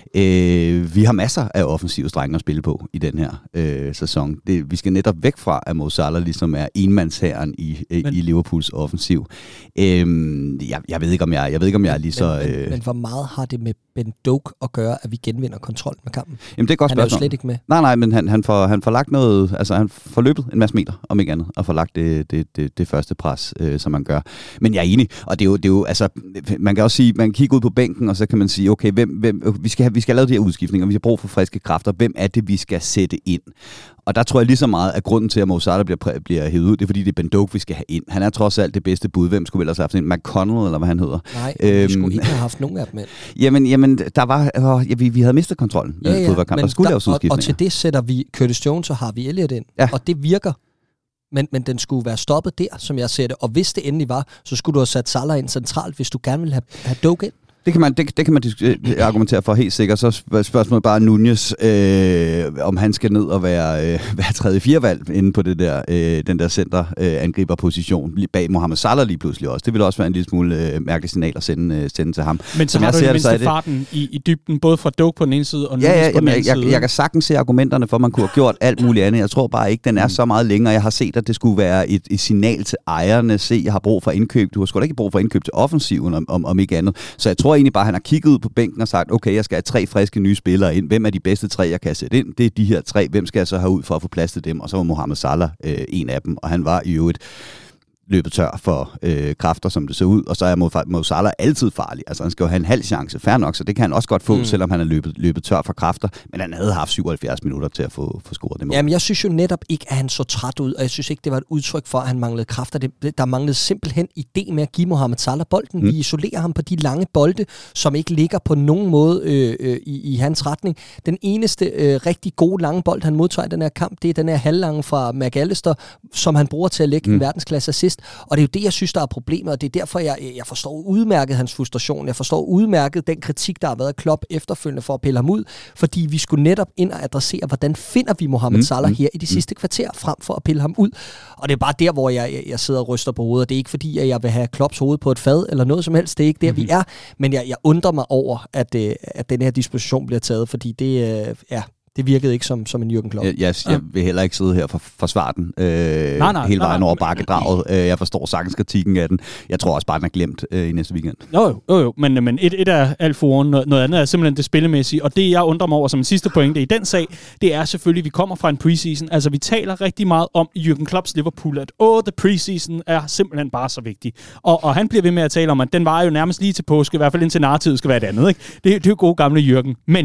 Øh, vi har masser af offensive strenge at spille på i den her øh, sæson. Det, vi skal netop væk fra, at Mo Salah ligesom er enmandshæren i, men, i Liverpools offensiv. Øh, jeg, jeg, ved ikke, om jeg, jeg ved ikke, om jeg er lige så... Men, øh, men, men hvor meget har det med Ben Doak at gøre, at vi genvinder kontrol med kampen? Jamen, det er godt han spørgsmål. er jo slet ikke med. Nej, nej, men han, han, får, han får lagt noget... Altså, han får løbet en masse meter, om ikke andet, og får lagt det, det, det, det første pres, øh, som man gør. Men jeg er enig, og det er jo, det er jo altså, man kan også sige, man kan kigge ud på bænken, og så kan man sige, okay, hvem, hvem, vi, skal have, vi skal have lavet de her udskiftninger, vi har brug for friske kræfter, hvem er det, vi skal sætte ind? Og der tror jeg lige så meget, at grunden til, at Mo Salah bliver, bliver hævet ud, det er, fordi det er Ben Doak, vi skal have ind. Han er trods alt det bedste bud. Hvem skulle ellers have haft ind? McConnell, eller hvad han hedder? Nej, øhm, vi skulle ikke have haft nogen af dem med. Jamen, jamen der var, åh, ja, vi, vi havde mistet kontrollen i ja, ja, fodboldkamp. Der skulle laves udskiftninger. Og, og til det sætter vi Curtis Jones og Harvey Elliott ind. Ja. Og det virker. Men, men den skulle være stoppet der, som jeg ser det. Og hvis det endelig var, så skulle du have sat Salah ind centralt, hvis du gerne ville have, have Doak ind. Det kan man, det, det kan man argumentere for helt sikkert. Så spørgsmålet bare Nunez, øh, om han skal ned og være, øh, være tredje fire valg inde på det der, øh, den der centerangriberposition øh, bag Mohamed Salah lige pludselig også. Det vil også være en lille smule øh, mærkelig signal at sende, øh, sende til ham. Men så Som har jeg du ser i det, så mindste det, farten i, i dybden, både fra Doak på den ene side og Nunez ja, ja, på den jamen, anden jeg, side. Jeg, jeg kan sagtens se argumenterne for, at man kunne have gjort alt muligt andet. Jeg tror bare ikke, den er så meget længere. Jeg har set, at det skulle være et, et signal til ejerne. Se, jeg har brug for indkøb. Du har sgu da ikke brug for indkøb til offensiven, om, om, om ikke andet. Så jeg tror egentlig bare, at han har kigget ud på bænken og sagt, okay, jeg skal have tre friske nye spillere ind. Hvem er de bedste tre, jeg kan sætte ind? Det er de her tre. Hvem skal jeg så have ud for at få plads til dem? Og så var Mohamed Salah øh, en af dem, og han var i øvrigt løbet tør for øh, kræfter, som det så ud, og så er Mo, Mo Salah altid farlig. Altså, han skal jo have en halv chance, fair nok, så det kan han også godt få, mm. selvom han er løbet, løbet tør for kræfter, men han havde haft syvoghalvfjerds minutter til at få, få scoret det mål. Jamen, jeg synes jo netop ikke, at han så træt ud, og jeg synes ikke, det var et udtryk for, at han manglede kræfter. Det, der manglede simpelthen idé med at give Mohamed Salah bolden. Mm. Vi isolerer ham på de lange bolde, som ikke ligger på nogen måde øh, øh, i, i hans retning. Den eneste øh, rigtig gode lange bold, han modtager i den her kamp, det er den her halvlange fra McAllister, som han bruger til at lægge mm. en verdensklasse assist. Og det er jo det, jeg synes, der er problemet, og det er derfor, jeg, jeg forstår udmærket hans frustration. Jeg forstår udmærket den kritik, der har været af Klopp efterfølgende for at pille ham ud, fordi vi skulle netop ind og adressere, hvordan finder vi Mohamed mm. Salah her i de sidste kvarter, frem for at pille ham ud. Og det er bare der, hvor jeg, jeg, jeg sidder og ryster på hovedet. Det er ikke fordi, at jeg vil have Klopps hoved på et fad, eller noget som helst. Det er ikke der, mm. vi er. Men jeg, jeg undrer mig over, at, at den her disposition bliver taget, fordi det, ja, det virkede ikke som, som en Jürgen Klopp. Jeg, jeg, jeg vil heller ikke sidde her for forsvare den øh, nej, nej, hele vejen nej, over bakkedraget. Jeg forstår sagtens kritikken af den. Jeg tror også bare, den er glemt øh, i næste weekend. Jo, jo, jo. Men, men et, et er alt for oven, noget, noget andet er simpelthen det spillemæssige. Og det, jeg undrer mig over som en sidste pointe i den sag, det er selvfølgelig, at vi kommer fra en preseason. Altså, vi taler rigtig meget om i Jürgen Klopps Liverpool, at åh, the preseason er simpelthen bare så vigtig. Og, og han bliver ved med at tale om, at den var jo nærmest lige til påske, i hvert fald indtil narrativet skal være et andet. Ikke? Det, det er jo gode gamle Jürgen. Men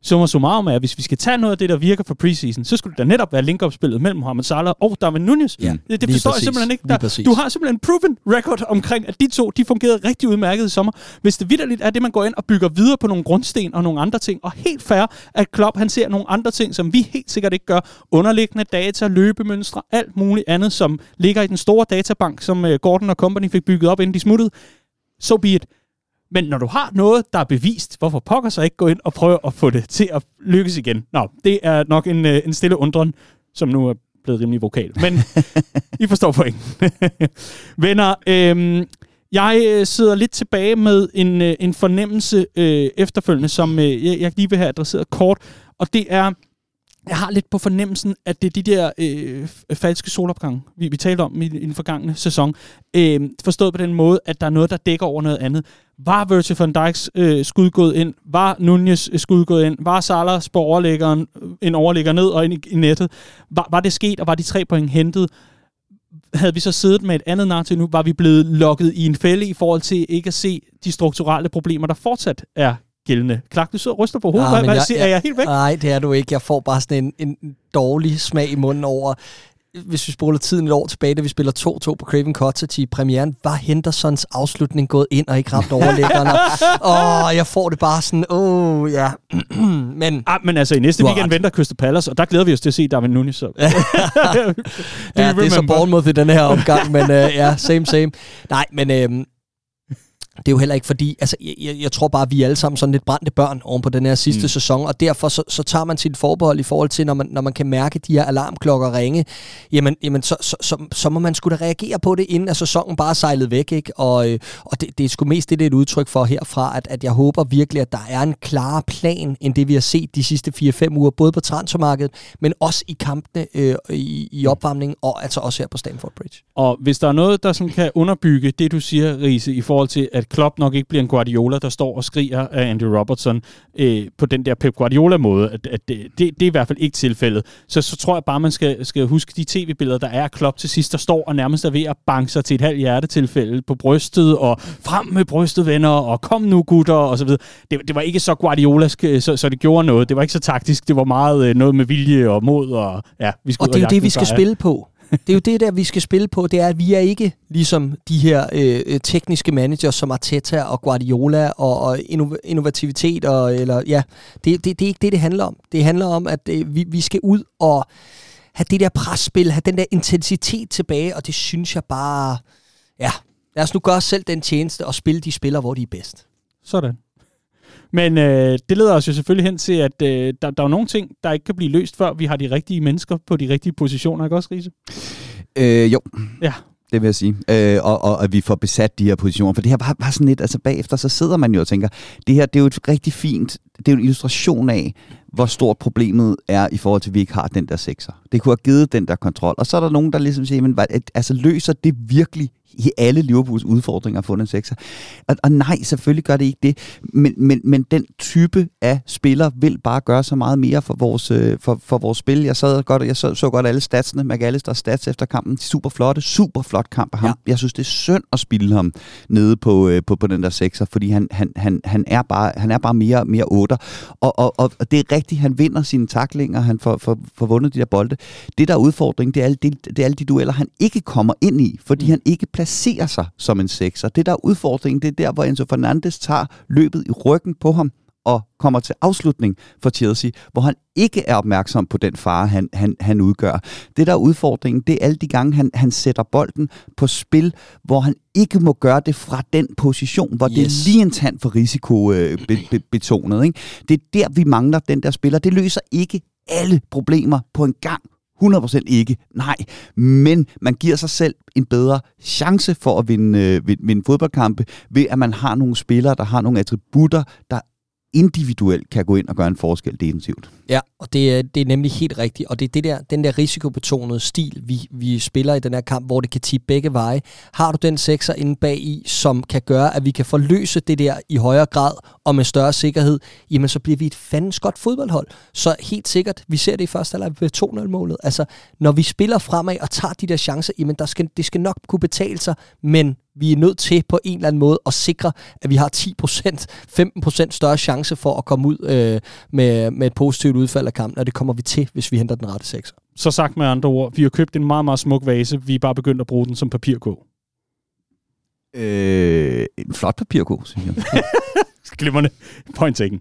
summa summarum er, at hvis vi skal tage noget af det, der virker for preseason, så skulle det da netop være link-up-spillet mellem Mohamed Salah og Darwin Núñez. Ja, det det forstår præcis, jeg simpelthen ikke. Der, du har simpelthen en proven record omkring, at de to, de fungerede rigtig udmærket i sommer. Hvis det vitterligt er det, man går ind og bygger videre på nogle grundsten og nogle andre ting, og helt fair, at Klopp, han ser nogle andre ting, som vi helt sikkert ikke gør. Underliggende data, løbemønstre, alt muligt andet, som ligger i den store databank, som Gordon og Company fik bygget op, inden de smuttede. So be it. Men når du har noget, der er bevist, hvorfor pokker så ikke gå ind og prøve at få det til at lykkes igen? Nå, det er nok en, en stille undren, som nu er blevet rimelig vokal. Men I forstår pointen. Venner, øhm, jeg sidder lidt tilbage med en, en fornemmelse øh, efterfølgende, som øh, jeg, jeg lige vil have adresseret kort, og det er, jeg har lidt på fornemmelsen, at det er de der øh, falske solopgange, vi, vi talte om i, i den forgangne sæson. Øh, forstået på den måde, at der er noget, der dækker over noget andet. Var Virgil van Dijks øh, skud gået ind? Var Núñez skud gået ind? Var Salahs på overlæggeren en overlægger ned og ind i, i nettet? Var, var det sket, og var de tre point hentet? Havde vi så siddet med et andet narrativ nu, var vi blevet lokket i en fælde i forhold til ikke at se de strukturelle problemer, der fortsat er gældende. Clark, du sidder og ryster på hovedet. Ja, Hvad, jeg, jeg, er jeg helt væk? Nej, det er du ikke. Jeg får bare sådan en, en dårlig smag i munden over, hvis vi spoler tiden et år tilbage, da vi spiller to to på Craven Cottage i premieren, var Hendersons afslutning gået ind og ikke ramt overlæggerne. Åh, oh, jeg får det bare sådan, åh, oh, ja. men, ah, men altså, i næste weekend ret. venter Crystal Palace, og der glæder vi os til at se Darwin Núñez. Så. det, ja, det er så Bournemouth i den her omgang, men uh, ja, same, same. Nej, men... Uh, det er jo heller ikke fordi, altså jeg, jeg tror bare, at vi er alle sammen sådan lidt brændte børn oven på den her sidste mm. sæson, og derfor så, så tager man sit forbehold i forhold til, når man, når man kan mærke de her alarmklokker ringe, jamen, jamen så, så, så, så må man sgu da reagere på det, inden at sæsonen bare sejlede væk, ikke? Og, og det, det er sgu mest det, det er et udtryk for herfra, at, at jeg håber virkelig, at der er en klar plan, end det vi har set de sidste fire fem uger, både på transfermarkedet, men også i kampene øh, i, i opvarmningen, og altså også her på Stamford Bridge. Og hvis der er noget, der sådan kan underbygge det, du siger, Riese, i forhold til, at Klopp nok ikke bliver en Guardiola, der står og skriger af Andy Robertson øh, på den der Pep Guardiola-måde, at, at det, det, det er i hvert fald ikke tilfældet. Så, så tror jeg bare, man skal, skal huske de tv-billeder, der er af Klopp til sidst, der står og nærmest er ved at banke sig til et halvt hjertetilfælde på brystet, og frem med brystet, venner, og kom nu, gutter, og så videre. Det, det var ikke så Guardiolask, så, så det gjorde noget. Det var ikke så taktisk. Det var meget øh, noget med vilje og mod, og ja, vi skulle og det er jo det, vi skal spille på. Det er jo det, der vi skal spille på, det er, at vi er ikke ligesom de her øh, tekniske managers som Arteta og Guardiola og, og innov- innovativitet, og, eller ja, det, det, det er ikke det, det handler om. Det handler om, at øh, vi, vi skal ud og have det der presspil, have den der intensitet tilbage, og det synes jeg bare, ja, lad os nu gøre os selv den tjeneste og spille de spillere, hvor de er bedst. Sådan. Men øh, det leder os jo selvfølgelig hen til, at øh, der, der er nogle ting, der ikke kan blive løst, før vi har de rigtige mennesker på de rigtige positioner, ikke også, Riese? Øh, jo. Ja. Det vil jeg sige. Øh, og, og at vi får besat de her positioner. For det her var bare sådan lidt, altså bagefter, så sidder man jo og tænker, det her, det er jo et rigtig fint, det er jo en illustration af, hvor stort problemet er i forhold til, at vi ikke har den der sekser. Det kunne have givet den der kontrol. Og så er der nogen, der ligesom siger, men altså løser det virkelig i alle Liverpools udfordringer at få en sekser? Og, og nej, selvfølgelig gør det ikke det. Men, men, men den type af spiller vil bare gøre så meget mere for vores, for, for vores spil. Jeg, sad godt, jeg så, så godt alle statsene, McAllister stats efter kampen. Super flotte, super flot kamp af ham. Ja. Jeg synes, det er synd at spille ham nede på, på, på den der sekser, fordi han, han, han, han, er, bare, han er bare mere, mere otter. Og, og, og det er rigtigt, han vinder sine tacklinger, han får, får, får vundet de der bolde. Det der er udfordring, det er alle de, det er alle de dueller, han ikke kommer ind i, fordi mm. han ikke placerer sig som en sekser. Det der er udfordringen, det er der, hvor Enzo Fernandes tager løbet i ryggen på ham og kommer til afslutning for Chelsea, hvor han ikke er opmærksom på den fare, han, han, han udgør. Det der er udfordringen, det er alle de gange, han, han sætter bolden på spil, hvor han ikke må gøre det fra den position, hvor yes. det er lige en tand for risikobetonet. Øh, ikke? Det er der, vi mangler den der spiller. Det løser ikke alle problemer på en gang. hundrede procent ikke, nej. Men man giver sig selv en bedre chance for at vinde, øh, vinde fodboldkampe, ved at man har nogle spillere, der har nogle attributter, der individuelt kan gå ind og gøre en forskel defensivt. Ja, og det er, det er nemlig helt rigtigt, og det er det der, den der risikobetonede stil, vi, vi spiller i den her kamp, hvor det kan tippe begge veje. Har du den sekser inde bag i, som kan gøre, at vi kan forløse det der i højere grad og med større sikkerhed, jamen så bliver vi et fandens godt fodboldhold. Så helt sikkert, vi ser det i første halvleg ved to nul-målet. Altså, når vi spiller fremad og tager de der chancer, jamen der skal, det skal nok kunne betale sig, men Vi er nødt til på en eller anden måde at sikre, at vi har ti procent, femten procent større chance for at komme ud øh, med, med et positivt udfald af kampen, og det kommer vi til, hvis vi henter den rette sekser. Så sagt med andre ord, vi har købt en meget, meget smuk vase, vi er bare begyndt at bruge den som papirkog. Øh, en flot papirkog, synes jeg. Glimmerne. Point taken.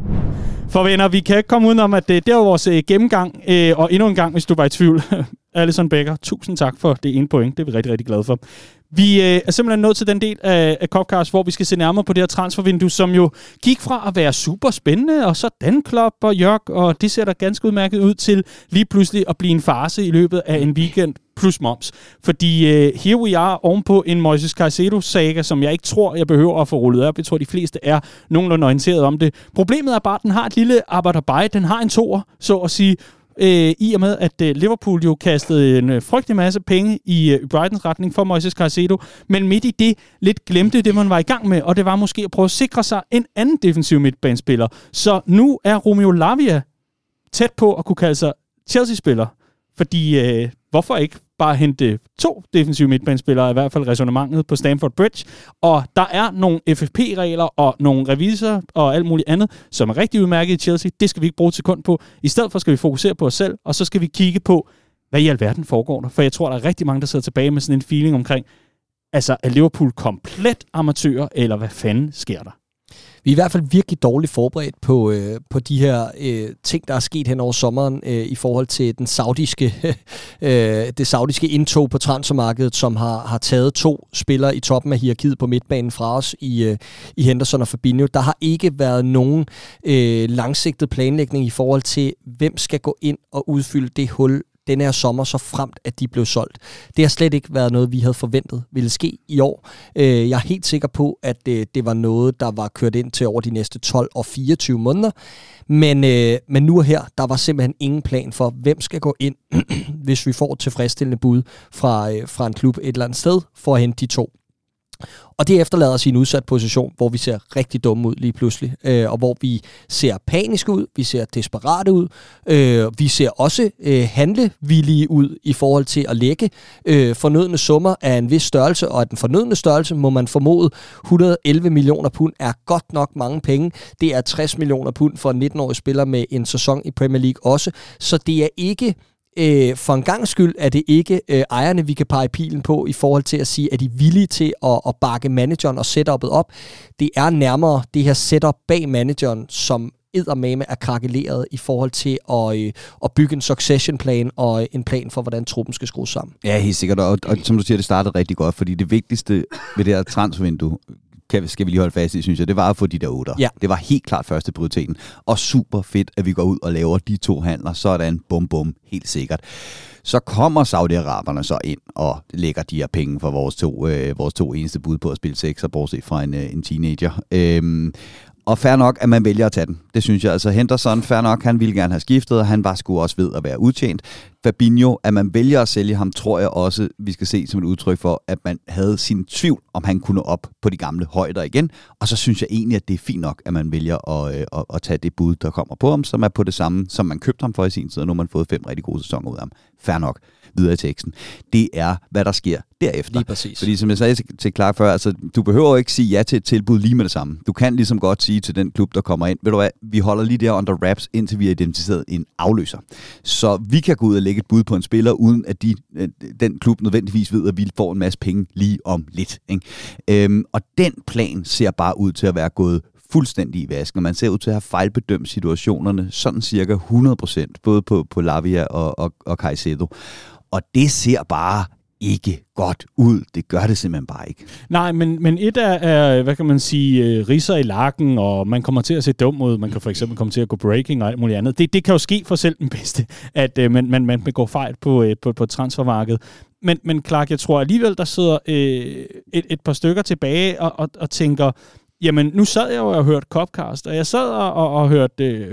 For venner, vi kan ikke komme udenom, at det er vores øh, gennemgang, øh, og endnu en gang, hvis du var i tvivl, Alisson Becker, tusind tak for det ene point. Det er vi rigtig, rigtig glade for. Vi øh, er simpelthen nået til den del af, af Copcast, hvor vi skal se nærmere på det her transfervindue, som jo gik fra at være super spændende, og så Dan Klopp og Jørg, og det ser da ganske udmærket ud til lige pludselig at blive en farce i løbet af en weekend plus moms. Fordi øh, here we are ovenpå en Moises Caicedo-saga, som jeg ikke tror, jeg behøver at få rullet op. Jeg tror, de fleste er nogenlunde orienteret om det. Problemet er bare, at den har et lille arbejderbej. Den har en toer, så at sige. Øh, I og med, at øh, Liverpool jo kastede en øh, frygtelig masse penge i øh, Brightons retning for Moises Caicedo, men midt i det lidt glemte det, man var i gang med, og det var måske at prøve at sikre sig en anden defensiv midtbanespiller. Så nu er Romeo Lavia tæt på at kunne kalde sig Chelsea-spiller, fordi øh, hvorfor ikke bare hente to defensive midtbanespillere, i hvert fald resonemanget på Stamford Bridge, og der er nogle F F P-regler og nogle revisorer og alt muligt andet, som er rigtig udmærket i Chelsea. Det skal vi ikke bruge et sekund på. I stedet for skal vi fokusere på os selv, og så skal vi kigge på, hvad i alverden foregår der. For jeg tror, der er rigtig mange, der sidder tilbage med sådan en feeling omkring, altså er Liverpool komplet amatører, eller hvad fanden sker der? Vi er i hvert fald virkelig dårligt forberedt på, øh, på de her øh, ting, der er sket hen over sommeren øh, i forhold til den saudiske, øh, det saudiske indtog på transfermarkedet, som har, har taget to spillere i toppen af hierarkiet på midtbanen fra os i, øh, i Henderson og Fabinho. Der har ikke været nogen øh, langsigtet planlægning i forhold til, hvem skal gå ind og udfylde det hul den her sommer, så fremt, at de blev solgt. Det har slet ikke været noget, vi havde forventet ville ske i år. Jeg er helt sikker på, at det var noget, der var kørt ind til over de næste tolv og fireogtyve måneder. Men, men nu og her, der var simpelthen ingen plan for, hvem skal gå ind, hvis vi får et tilfredsstillende bud fra, fra en klub et eller andet sted, for at hente de to. Og det efterlader os i en udsat position, hvor vi ser rigtig dumme ud lige pludselig, øh, og hvor vi ser paniske ud, vi ser desperate ud, øh, vi ser også øh, handlevillige ud i forhold til at lægge øh, fornødne summer af en vis størrelse, og at den fornødne størrelse, må man formode, et hundrede og elleve millioner pund er godt nok mange penge. Det er tres millioner pund for en nitten-årig spiller med en sæson i Premier League også, så det er ikke... Øh, for en gangs skyld er det ikke øh, ejerne, vi kan pege pilen på i forhold til at sige, at de er villige til at, at bakke manageren og setupet op. Det er nærmere det her setup bag manageren, som eddermame er krakeleret i forhold til at, øh, at bygge en succession-plan og en plan for, hvordan truppen skal skrues sammen. Ja, helt sikkert. Og, og som du siger, det startede rigtig godt, fordi det vigtigste ved det her transfervindue, kan, skal vi lige holde fast i, synes jeg, det var at få de der otter. Ja. Det var helt klart første prioriteten. Og super fedt, at vi går ud og laver de to handler. Sådan, bum bum, helt sikkert. Så kommer Saudi-Araberne så ind og lægger de her penge for vores to, øh, vores to eneste bud på at spille sekser, bortset fra en, øh, en teenager. Øhm, Og fair nok, at man vælger at tage den. Det synes jeg. Altså Henderson, fair nok, han ville gerne have skiftet, og han var sgu også ved at være udtjent. Fabinho, at man vælger at sælge ham, tror jeg også, vi skal se som et udtryk for, at man havde sin tvivl, om han kunne op på de gamle højder igen. Og så synes jeg egentlig, at det er fint nok, at man vælger at, at, at tage det bud, der kommer på ham, som er på det samme, som man købte ham for i sin tid, og nu har man fået fem rigtig gode sæsoner ud af ham. Fair nok. Videre i teksten. Det er, hvad der sker derefter. Lige præcis. Fordi som jeg sagde til Clark før, altså, du behøver ikke sige ja til et tilbud lige med det samme. Du kan ligesom godt sige til den klub, der kommer ind, ved du hvad, vi holder lige der under wraps, indtil vi har identificeret en afløser. Så vi kan gå ud og lægge et bud på en spiller, uden at de, den klub nødvendigvis ved, at vi får en masse penge lige om lidt. Ikke? Øhm, og den plan ser bare ud til at være gået fuldstændig i vasken, og man ser ud til at have fejlbedømt situationerne sådan cirka hundrede procent, både på, på Lavia og, og, og Caicedo. Og det ser bare ikke godt ud. Det gør det simpelthen bare ikke. Nej, men, men et er, er, hvad kan man sige, ridser i lakken, og man kommer til at se dum ud. Man kan for eksempel komme til at gå breaking og alt muligt andet. Det, det kan jo ske for selv den bedste, at uh, man, man, man begår fejl på, uh, på, på transfermarkedet. Men, men Clark, jeg tror alligevel, der sidder uh, et, et par stykker tilbage og, og, og tænker, jamen nu sad jeg jo og hørte Copcast, og jeg sad og, og hørte uh,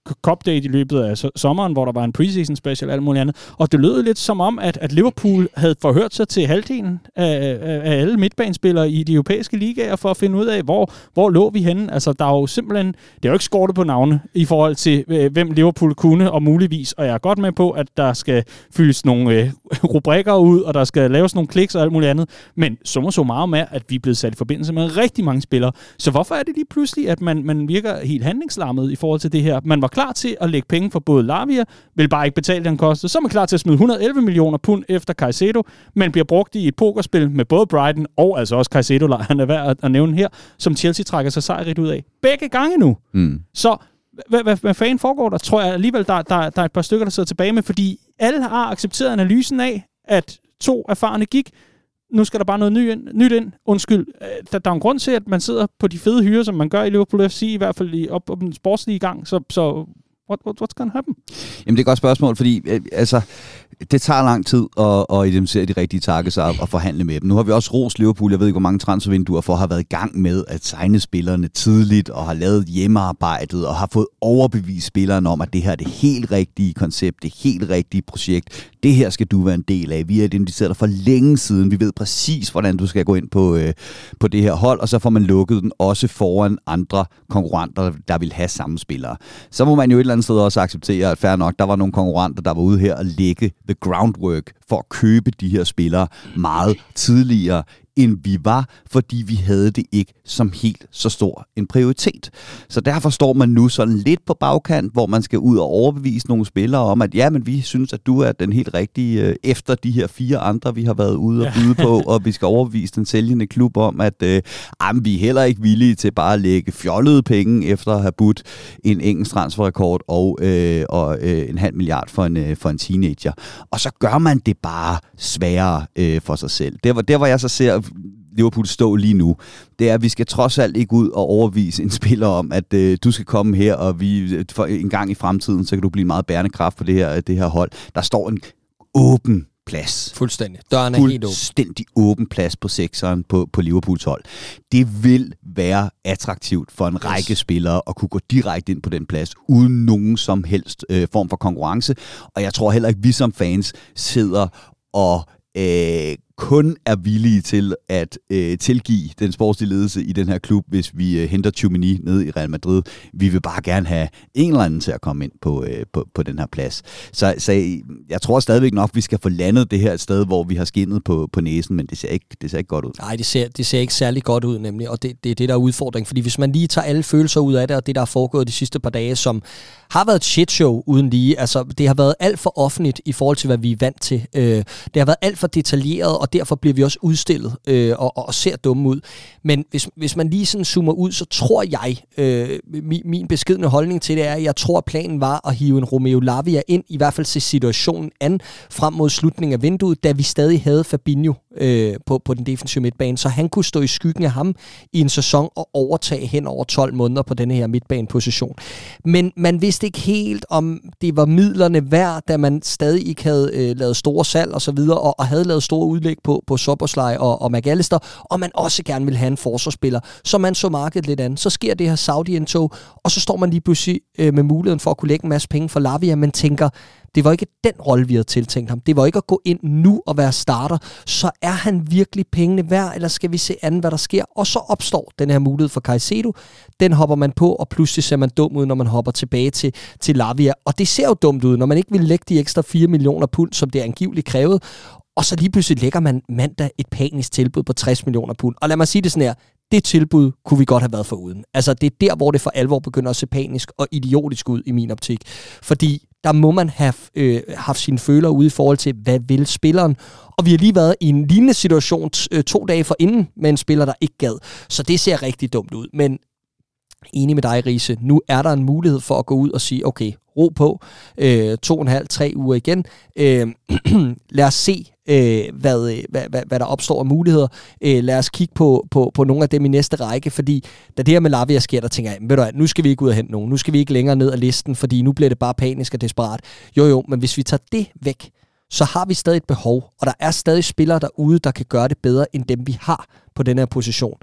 Cup-date i løbet af so- sommeren, hvor der var en preseason special og alt muligt andet. Og det lød lidt som om, at, at Liverpool havde forhørt sig til halvdelen af, af alle midtbanespillere i de europæiske ligaer for at finde ud af, hvor, hvor lå vi henne. Altså, der er jo simpelthen, det er jo ikke skortet på navne i forhold til, øh, hvem Liverpool kunne og muligvis. Og jeg er godt med på, at der skal fyldes nogle øh, rubrikker ud, og der skal laves nogle kliks og alt muligt andet. Men summa summarum er, at vi er blevet sat i forbindelse med rigtig mange spillere. Så hvorfor er det lige pludselig, at man, man virker helt handlingslammet i forhold til det her? Man var klar til at lægge penge for både Lavia, vil bare ikke betale den koste. Så er man klar til at smide et hundrede og elleve millioner pund efter Caicedo, men bliver brugt i et pokerspil med både Brighton og altså også Caicedo, han er værd at, at nævne her, som Chelsea trækker sig sejrigt ud af. Begge gange nu. Mm. Så hvad, hvad, hvad fanden foregår der? Tror jeg alligevel, der, der, der er et par stykker, der sidder tilbage med, fordi alle har accepteret analysen af, at to erfarne gik. Nu skal der bare noget ny ind, nyt ind. Undskyld, der, der er en grund til, at man sidder på de fede hyre, som man gør i Liverpool F C, i hvert fald i, op på den sportslige gang. Så, så what, what, what's gonna happen? Jamen, det er et godt spørgsmål, fordi øh, altså, det tager lang tid at, at identificere de rigtige targets og, og forhandle med dem. Nu har vi også rost Liverpool, jeg ved ikke, hvor mange transfervinduer for at have været i gang med at signe spillerne tidligt og har lavet hjemmearbejdet og har fået overbevist spillerne om, at det her er det helt rigtige koncept, det helt rigtige projekt. Det her skal du være en del af. Vi har identificeret dig for længe siden. Vi ved præcis, hvordan du skal gå ind på, øh, på det her hold, og så får man lukket den også foran andre konkurrenter, der vil have samme spillere. Så må man jo et eller andet sted også acceptere, at fair nok, der var nogle konkurrenter, der var ude her og lægge the groundwork for at købe de her spillere meget tidligere, end vi var, fordi vi havde det ikke som helt så stor en prioritet. Så derfor står man nu sådan lidt på bagkant, hvor man skal ud og overbevise nogle spillere om, at ja, men vi synes, at du er den helt rigtige øh, efter de her fire andre, vi har været ude og byde på, og vi skal overbevise den sælgende klub om, at øh, jamen, vi er heller ikke villige til bare at lægge fjollede penge efter at have budt en engelsk transferrekord og, øh, og øh, en halv milliard for en, øh, for en teenager. Og så gør man det bare sværere øh, for sig selv. Der, der hvor jeg så ser Liverpool stå lige nu, det er, at vi skal trods alt ikke ud og overvise en spiller om, at øh, du skal komme her, og vi for en gang i fremtiden, så kan du blive meget bærende kraft for det her, det her hold. Der står en åben plads. Fuldstændig. Døren er helt åben. Fuldstændig åben plads på sekseren på, på Liverpools hold. Det vil være attraktivt for en yes. række spillere at kunne gå direkte ind på den plads, uden nogen som helst øh, form for konkurrence. Og jeg tror heller ikke, vi som fans sidder og øh, kun er villige til at øh, tilgive den sportslige ledelse i den her klub, hvis vi øh, henter Tchouaméni ned i Real Madrid. Vi vil bare gerne have en eller anden til at komme ind på, øh, på, på den her plads. Så, så jeg tror stadigvæk nok, vi skal få landet det her et sted, hvor vi har skinnet på, på næsen, men det ser ikke, det ser ikke godt ud. Nej, det ser, det ser ikke særlig godt ud nemlig, og det, det er det, der er udfordringen. Fordi hvis man lige tager alle følelser ud af det, og det, der er foregået de sidste par dage, som har været et shitshow uden lige, altså det har været alt for offentligt i forhold til, hvad vi er vant til. Øh, det har været alt for detaljeret, og derfor bliver vi også udstillet øh, og, og ser dumme ud. Men hvis, hvis man lige sådan zoomer ud, så tror jeg, øh, min, min beskedne holdning til det er, at jeg tror, at planen var at hive en Romeo Lavia ind, i hvert fald til situationen an, frem mod slutningen af vinduet, da vi stadig havde Fabinho øh, på, på den defensive midtbane, så han kunne stå i skyggen af ham i en sæson og overtage hen over tolv måneder på denne her midtbaneposition. Men man vidste ikke helt, om det var midlerne værd, da man stadig ikke havde øh, lavet store salg og så videre, og, og havde lavet store udlæg på, på Szoboszlai og, og McAllister, og man også gerne vil have en forsvarsspiller, så man så markedet lidt andet. Så sker det her Saudi-indtog, og så står man lige pludselig øh, med muligheden for at kunne lægge en masse penge for Lavia, men tænker, det var ikke den rolle, vi havde tiltænkt ham. Det var ikke at gå ind nu og være starter. Så er han virkelig pengene værd, eller skal vi se andet, hvad der sker? Og så opstår den her mulighed for Caicedo. Den hopper man på, og pludselig ser man dum ud, når man hopper tilbage til, til Lavia. Og det ser jo dumt ud, når man ikke vil lægge de ekstra fire millioner pund, som det er angiveligt krævet. Og så lige pludselig lægger man mandag et panisk tilbud på tres millioner pund. Og lad mig sige det sådan her. Det tilbud kunne vi godt have været foruden. Altså, det er der, hvor det for alvor begynder at se panisk og idiotisk ud i min optik. Fordi der må man have øh, haft sine følere ude i forhold til, hvad vil spilleren. Og vi har lige været i en lignende situation øh, to dage forinden med en spiller, der ikke gad. Så det ser rigtig dumt ud. Men enig med dig, Riese. Nu er der en mulighed for at gå ud og sige, okay, ro på. Øh, to og en halv, tre uger igen. Øh, lad os se, øh, hvad, hvad, hvad, hvad der opstår af muligheder. Øh, lad os kigge på, på, på nogle af dem i næste række, fordi da det her med Lavia sker, der tænker jeg, ved du hvad, nu skal vi ikke ud og hente nogen. Nu skal vi ikke længere ned ad listen, fordi nu bliver det bare panisk og desperat. Jo jo, men hvis vi tager det væk, så har vi stadig et behov, og der er stadig spillere derude, der kan gøre det bedre end dem, vi har på den her position.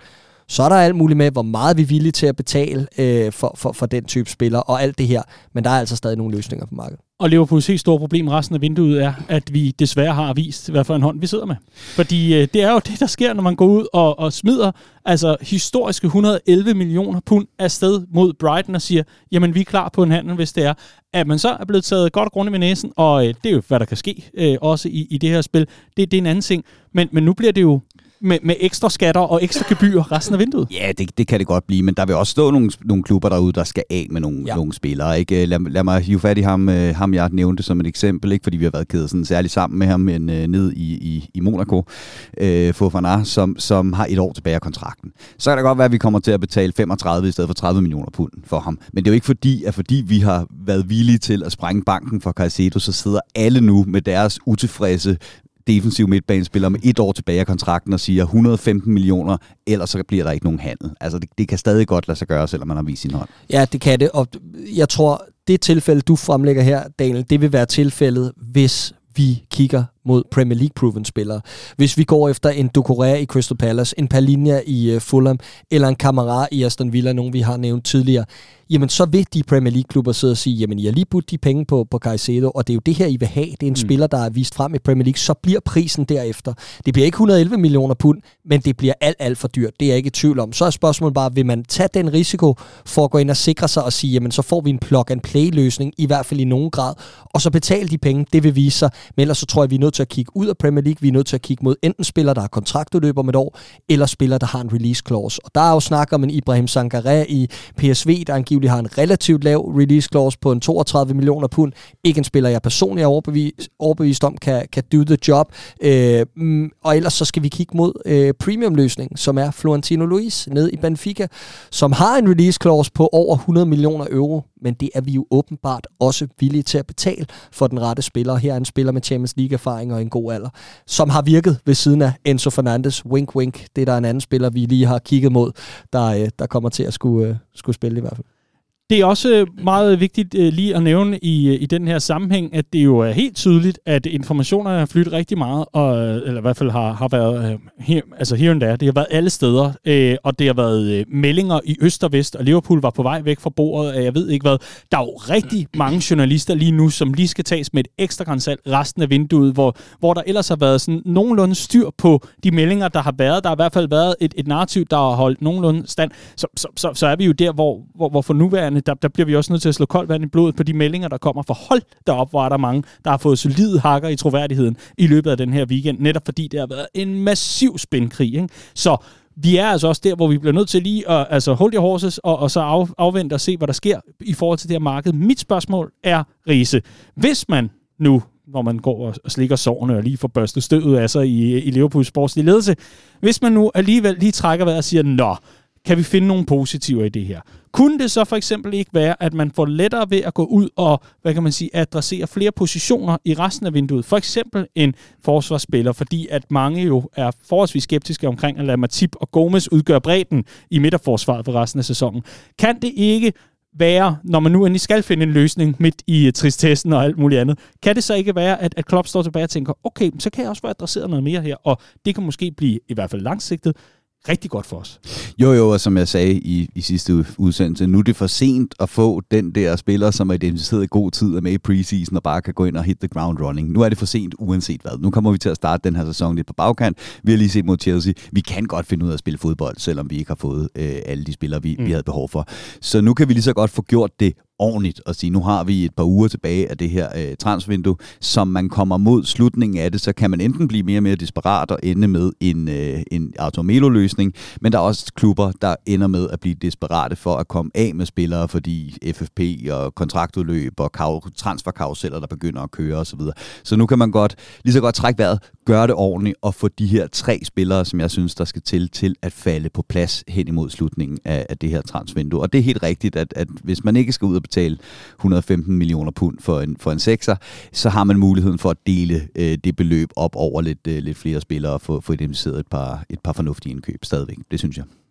Så er der alt muligt med, hvor meget vi er villige til at betale øh, for, for, for den type spiller og alt det her. Men der er altså stadig nogle løsninger på markedet. Og Liverpools helt store problem resten af vinduet er, at vi desværre har vist, hvad for en hånd vi sidder med. Fordi øh, det er jo det, der sker, når man går ud og, og smider altså historiske et hundrede og elleve millioner pund afsted mod Brighton og siger, jamen vi er klar på en handel, hvis det er. At man så er blevet taget godt og grundigt med næsen, og øh, det er jo, hvad der kan ske øh, også i, i det her spil. Det, det er en anden ting. Men, men nu bliver det jo Med, med ekstra skatter og ekstra gebyrer resten af vinduet. Ja, det, det kan det godt blive, men der vil også stå nogle, nogle klubber derude, der skal af med nogle, ja. nogle spillere. Ikke? Lad, lad mig hive fat i ham, øh, ham, jeg nævnte som et eksempel, ikke fordi vi har været kædet sådan særligt sammen med ham, men øh, ned i, i, i Monaco, øh, Fofana, som, som har et år tilbage af kontrakten. Så kan det godt være, at vi kommer til at betale femogtredive i stedet for tredive millioner pund for ham. Men det er jo ikke fordi, at fordi vi har været villige til at sprænge banken for Caicedo, så sidder alle nu med deres utilfredse defensiv midtbanespiller med et år tilbage af kontrakten og siger et hundrede og femten millioner, ellers så bliver der ikke nogen handel. Altså det, det kan stadig godt lade sig gøre, selvom man har vist sin hånd. Ja, det kan det, og jeg tror, det tilfælde, du fremlægger her, Daniel, det vil være tilfældet, hvis vi kigger mod Premier League-proven spillere. Hvis vi går efter en Doucouré i Crystal Palace, en Palhinha i uh, Fulham, eller en Kamara i Aston Villa, nogen vi har nævnt tidligere, jamen så vil de Premier League-klubber sidde og sige, jamen I har lige budt de penge på, på Caicedo, og det er jo det her, I vil have. Det er en mm. spiller, der er vist frem i Premier League, så bliver prisen derefter. Det bliver ikke et hundrede og elleve millioner pund, men det bliver alt, alt for dyrt. Det er jeg ikke i tvivl om. Så er spørgsmålet bare, vil man tage den risiko for at gå ind og sikre sig og sige, jamen så får vi en plug-and-play-løsning, i hvert fald i nogen grad, og så betale de penge, det vil vise sig. Men ellers så tror jeg, vi er nødt til at kigge ud af Premier League. Vi er nødt til at kigge mod enten spillere, der har kontraktudløb om et år, eller spillere, der har en release clause. Og der er jo snak om en Ibrahim Sangaré i P S V, der angiveligt har en relativt lav release clause på en toogtredive millioner pund. Ikke en spiller, jeg personligt er overbevist, overbevist om, kan, kan do the job. Øh, og ellers så skal vi kigge mod øh, premium-løsningen, som er Florentino Luis ned i Benfica, som har en release clause på over hundrede millioner euro, men det er vi jo åbenbart også villige til at betale for den rette spiller. Her er en spiller med Champions League-erfaring og en god alder, som har virket ved siden af Enzo Fernandes. Wink, wink. Det er der en anden spiller, vi lige har kigget mod, der, der kommer til at skulle, skulle spille i hvert fald. Det er også meget vigtigt uh, lige at nævne i, i den her sammenhæng, at det jo er helt tydeligt, at informationerne har flyttet rigtig meget, og, eller i hvert fald har, har været uh, her, altså here and there. Det har været alle steder, uh, og det har været uh, meldinger i øst og vest, og Liverpool var på vej væk fra bordet, og jeg ved ikke hvad. Der er jo rigtig mange journalister lige nu, som lige skal tages med et ekstra grænsalt resten af vinduet, hvor, hvor der ellers har været sådan nogenlunde styr på de meldinger, der har været. Der har i hvert fald været et, et narrativ, der har holdt nogenlunde stand. Så, så, så, så er vi jo der, hvor, hvor, hvor for nuværende Der, der bliver vi også nødt til at slå koldt vand i blodet på de meldinger, der kommer. For hold derop, hvor er der mange, der har fået solide hakker i troværdigheden i løbet af den her weekend, netop fordi det har været en massiv spændkrig. Ikke? Så vi er altså også der, hvor vi bliver nødt til lige at altså, hold your horses og, og så af, afvente og se, hvad der sker i forhold til det her marked. Mit spørgsmål er, Riese, hvis man nu, når man går og slikker sårene og lige får børstet støvet af sig i, i Liverpools sportslige ledelse, hvis man nu alligevel lige trækker vejret og siger, nå, kan vi finde nogle positiver i det her? Kunne det så for eksempel ikke være, at man får lettere ved at gå ud og, hvad kan man sige, adressere flere positioner i resten af vinduet? For eksempel en forsvarsspiller, fordi at mange jo er forholdsvis skeptiske omkring at lade Matip og Gomez udgøre bredden i midterforsvaret for resten af sæsonen. Kan det ikke være, når man nu endelig skal finde en løsning midt i tristessen og alt muligt andet, kan det så ikke være, at, at Klopp står tilbage og tænker, okay, så kan jeg også få adresseret noget mere her, og det kan måske blive, i hvert fald langsigtet, rigtig godt for os. Jo, jo, og som jeg sagde i, i sidste udsendelse, nu er det for sent at få den der spiller, som er identificeret i god tid, er med i preseason og bare kan gå ind og hit the ground running. Nu er det for sent, uanset hvad. Nu kommer vi til at starte den her sæson lidt på bagkant. Vi har lige set mod Chelsea. Vi kan godt finde ud af at spille fodbold, selvom vi ikke har fået øh, alle de spillere, vi, mm. vi havde behov for. Så nu kan vi lige så godt få gjort det ordentligt og sige, nu har vi et par uger tilbage af det her øh, transfervindue, som man kommer mod slutningen af det, så kan man enten blive mere og mere desperat og ende med en, øh, en Automelo-løsning, men der er også klubber, der ender med at blive desperate for at komme af med spillere, fordi F F P og kontraktudløb og kav- transferkaruseller, der begynder at køre osv. Så, så nu kan man godt lige så godt trække vejret, gøre det ordentligt og få de her tre spillere, som jeg synes, der skal til, til at falde på plads hen imod slutningen af, af det her transfervindue. Og det er helt rigtigt, at, at hvis man ikke skal ud og betale et hundrede og femten millioner pund for en, for en sekser, så har man muligheden for at dele øh, det beløb op over lidt, øh, lidt flere spillere og få, få identificeret et par, et par fornuftige indkøb stadigvæk. Det synes jeg.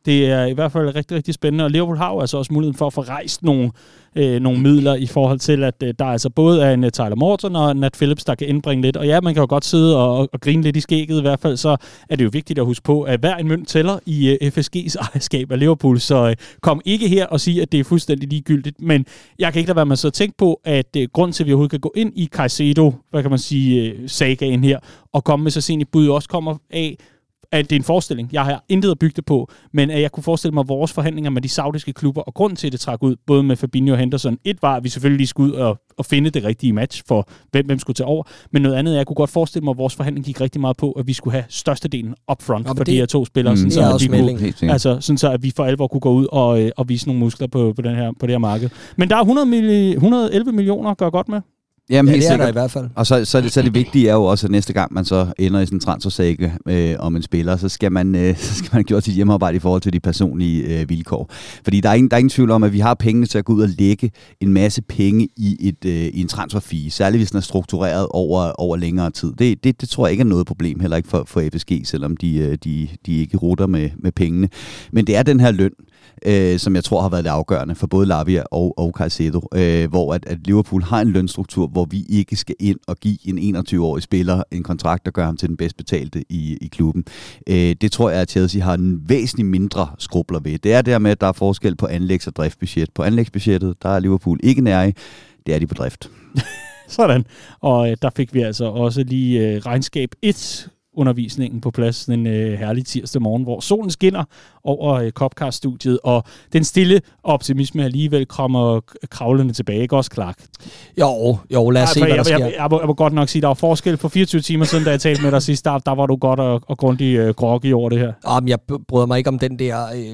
Det er i hvert fald rigtig, rigtig spændende, og Liverpool har jo altså også muligheden for at få rejst nogle, øh, nogle midler i forhold til, at øh, der altså både er en uh, Tyler Morton og en Nat Phillips, der kan indbringe lidt. Og ja, man kan jo godt sidde og, og, og grine lidt i skægget i hvert fald, så er det jo vigtigt at huske på, at hver en mønt tæller i uh, F S G's ejerskab af Liverpool, så øh, kom ikke her og sige, at det er fuldstændig ligegyldigt. Men jeg kan ikke lade være med så at tænke på, at øh, grund til, at vi overhovedet kan gå ind i Caicedo, hvad kan man sige, øh, sagaen her, og komme med så sent i bud også kommer af, at det er en forestilling. Jeg har intet at bygge det på, men at jeg kunne forestille mig, at vores forhandlinger med de saudiske klubber, og grunden til, at det trak ud, både med Fabinho og Henderson, et var, at vi selvfølgelig lige skulle ud og, og finde det rigtige match for, hvem, hvem skulle tage over, men noget andet er, at jeg kunne godt forestille mig, at vores forhandling gik rigtig meget på, at vi skulle have størstedelen upfront for det, de her to spillere, mm, sådan, så, at vi kunne, altså, sådan så at vi for alvor kunne gå ud og, og vise nogle muskler på, på, den her, på det her marked. Men der er hundrede, hundrede og elleve millioner at gøre godt med. Jamen, ja, helt det er sikkert. der i hvert fald. Og så, så, så det vigtige er jo også, at næste gang man så ender i sådan en transfersage øh, om en spiller, så skal man øh, så skal man have gjort sit hjemmearbejde i forhold til de personlige øh, vilkår. Fordi der er, ingen, der er ingen tvivl om, at vi har pengene til at gå ud og lægge en masse penge i, et, øh, i en transferfee, særligt hvis den er struktureret over, over længere tid. Det, det, det tror jeg ikke er noget problem, heller ikke for, for F S G, selvom de, de, de ikke rutter med, med pengene. Men det er den her løn, Øh, som jeg tror har været det afgørende for både Lavia og, og Caicedo, øh, hvor at, at Liverpool har en lønstruktur, hvor vi ikke skal ind og give en enogtyve-årig spiller en kontrakt, der gør ham til den bedst betalte i, i klubben. Øh, det tror jeg, at Chelsea har en væsentligt mindre skrubler ved. Det er dermed, at der er forskel på anlægs- og driftbudget. På anlægsbudgettet, der er Liverpool ikke nær i, det er de på drift. Sådan. Og øh, der fik vi altså også lige øh, regnskab et undervisningen på plads en øh, herlig tirsdag morgen, hvor solen skinner over øh, Copcast-studiet, og den stille optimisme alligevel kommer kravlende tilbage. Ikke også, Clark? Jo, jo, lad os ja, se, hvad jeg, der sker. Jeg, jeg, jeg, må, jeg må godt nok sige, der var forskel for fireogtyve timer siden, da jeg talte med dig sidst. Der, der var du godt og, og grundigt øh, groggy over det her. Jamen, jeg bryder mig ikke om den der øh,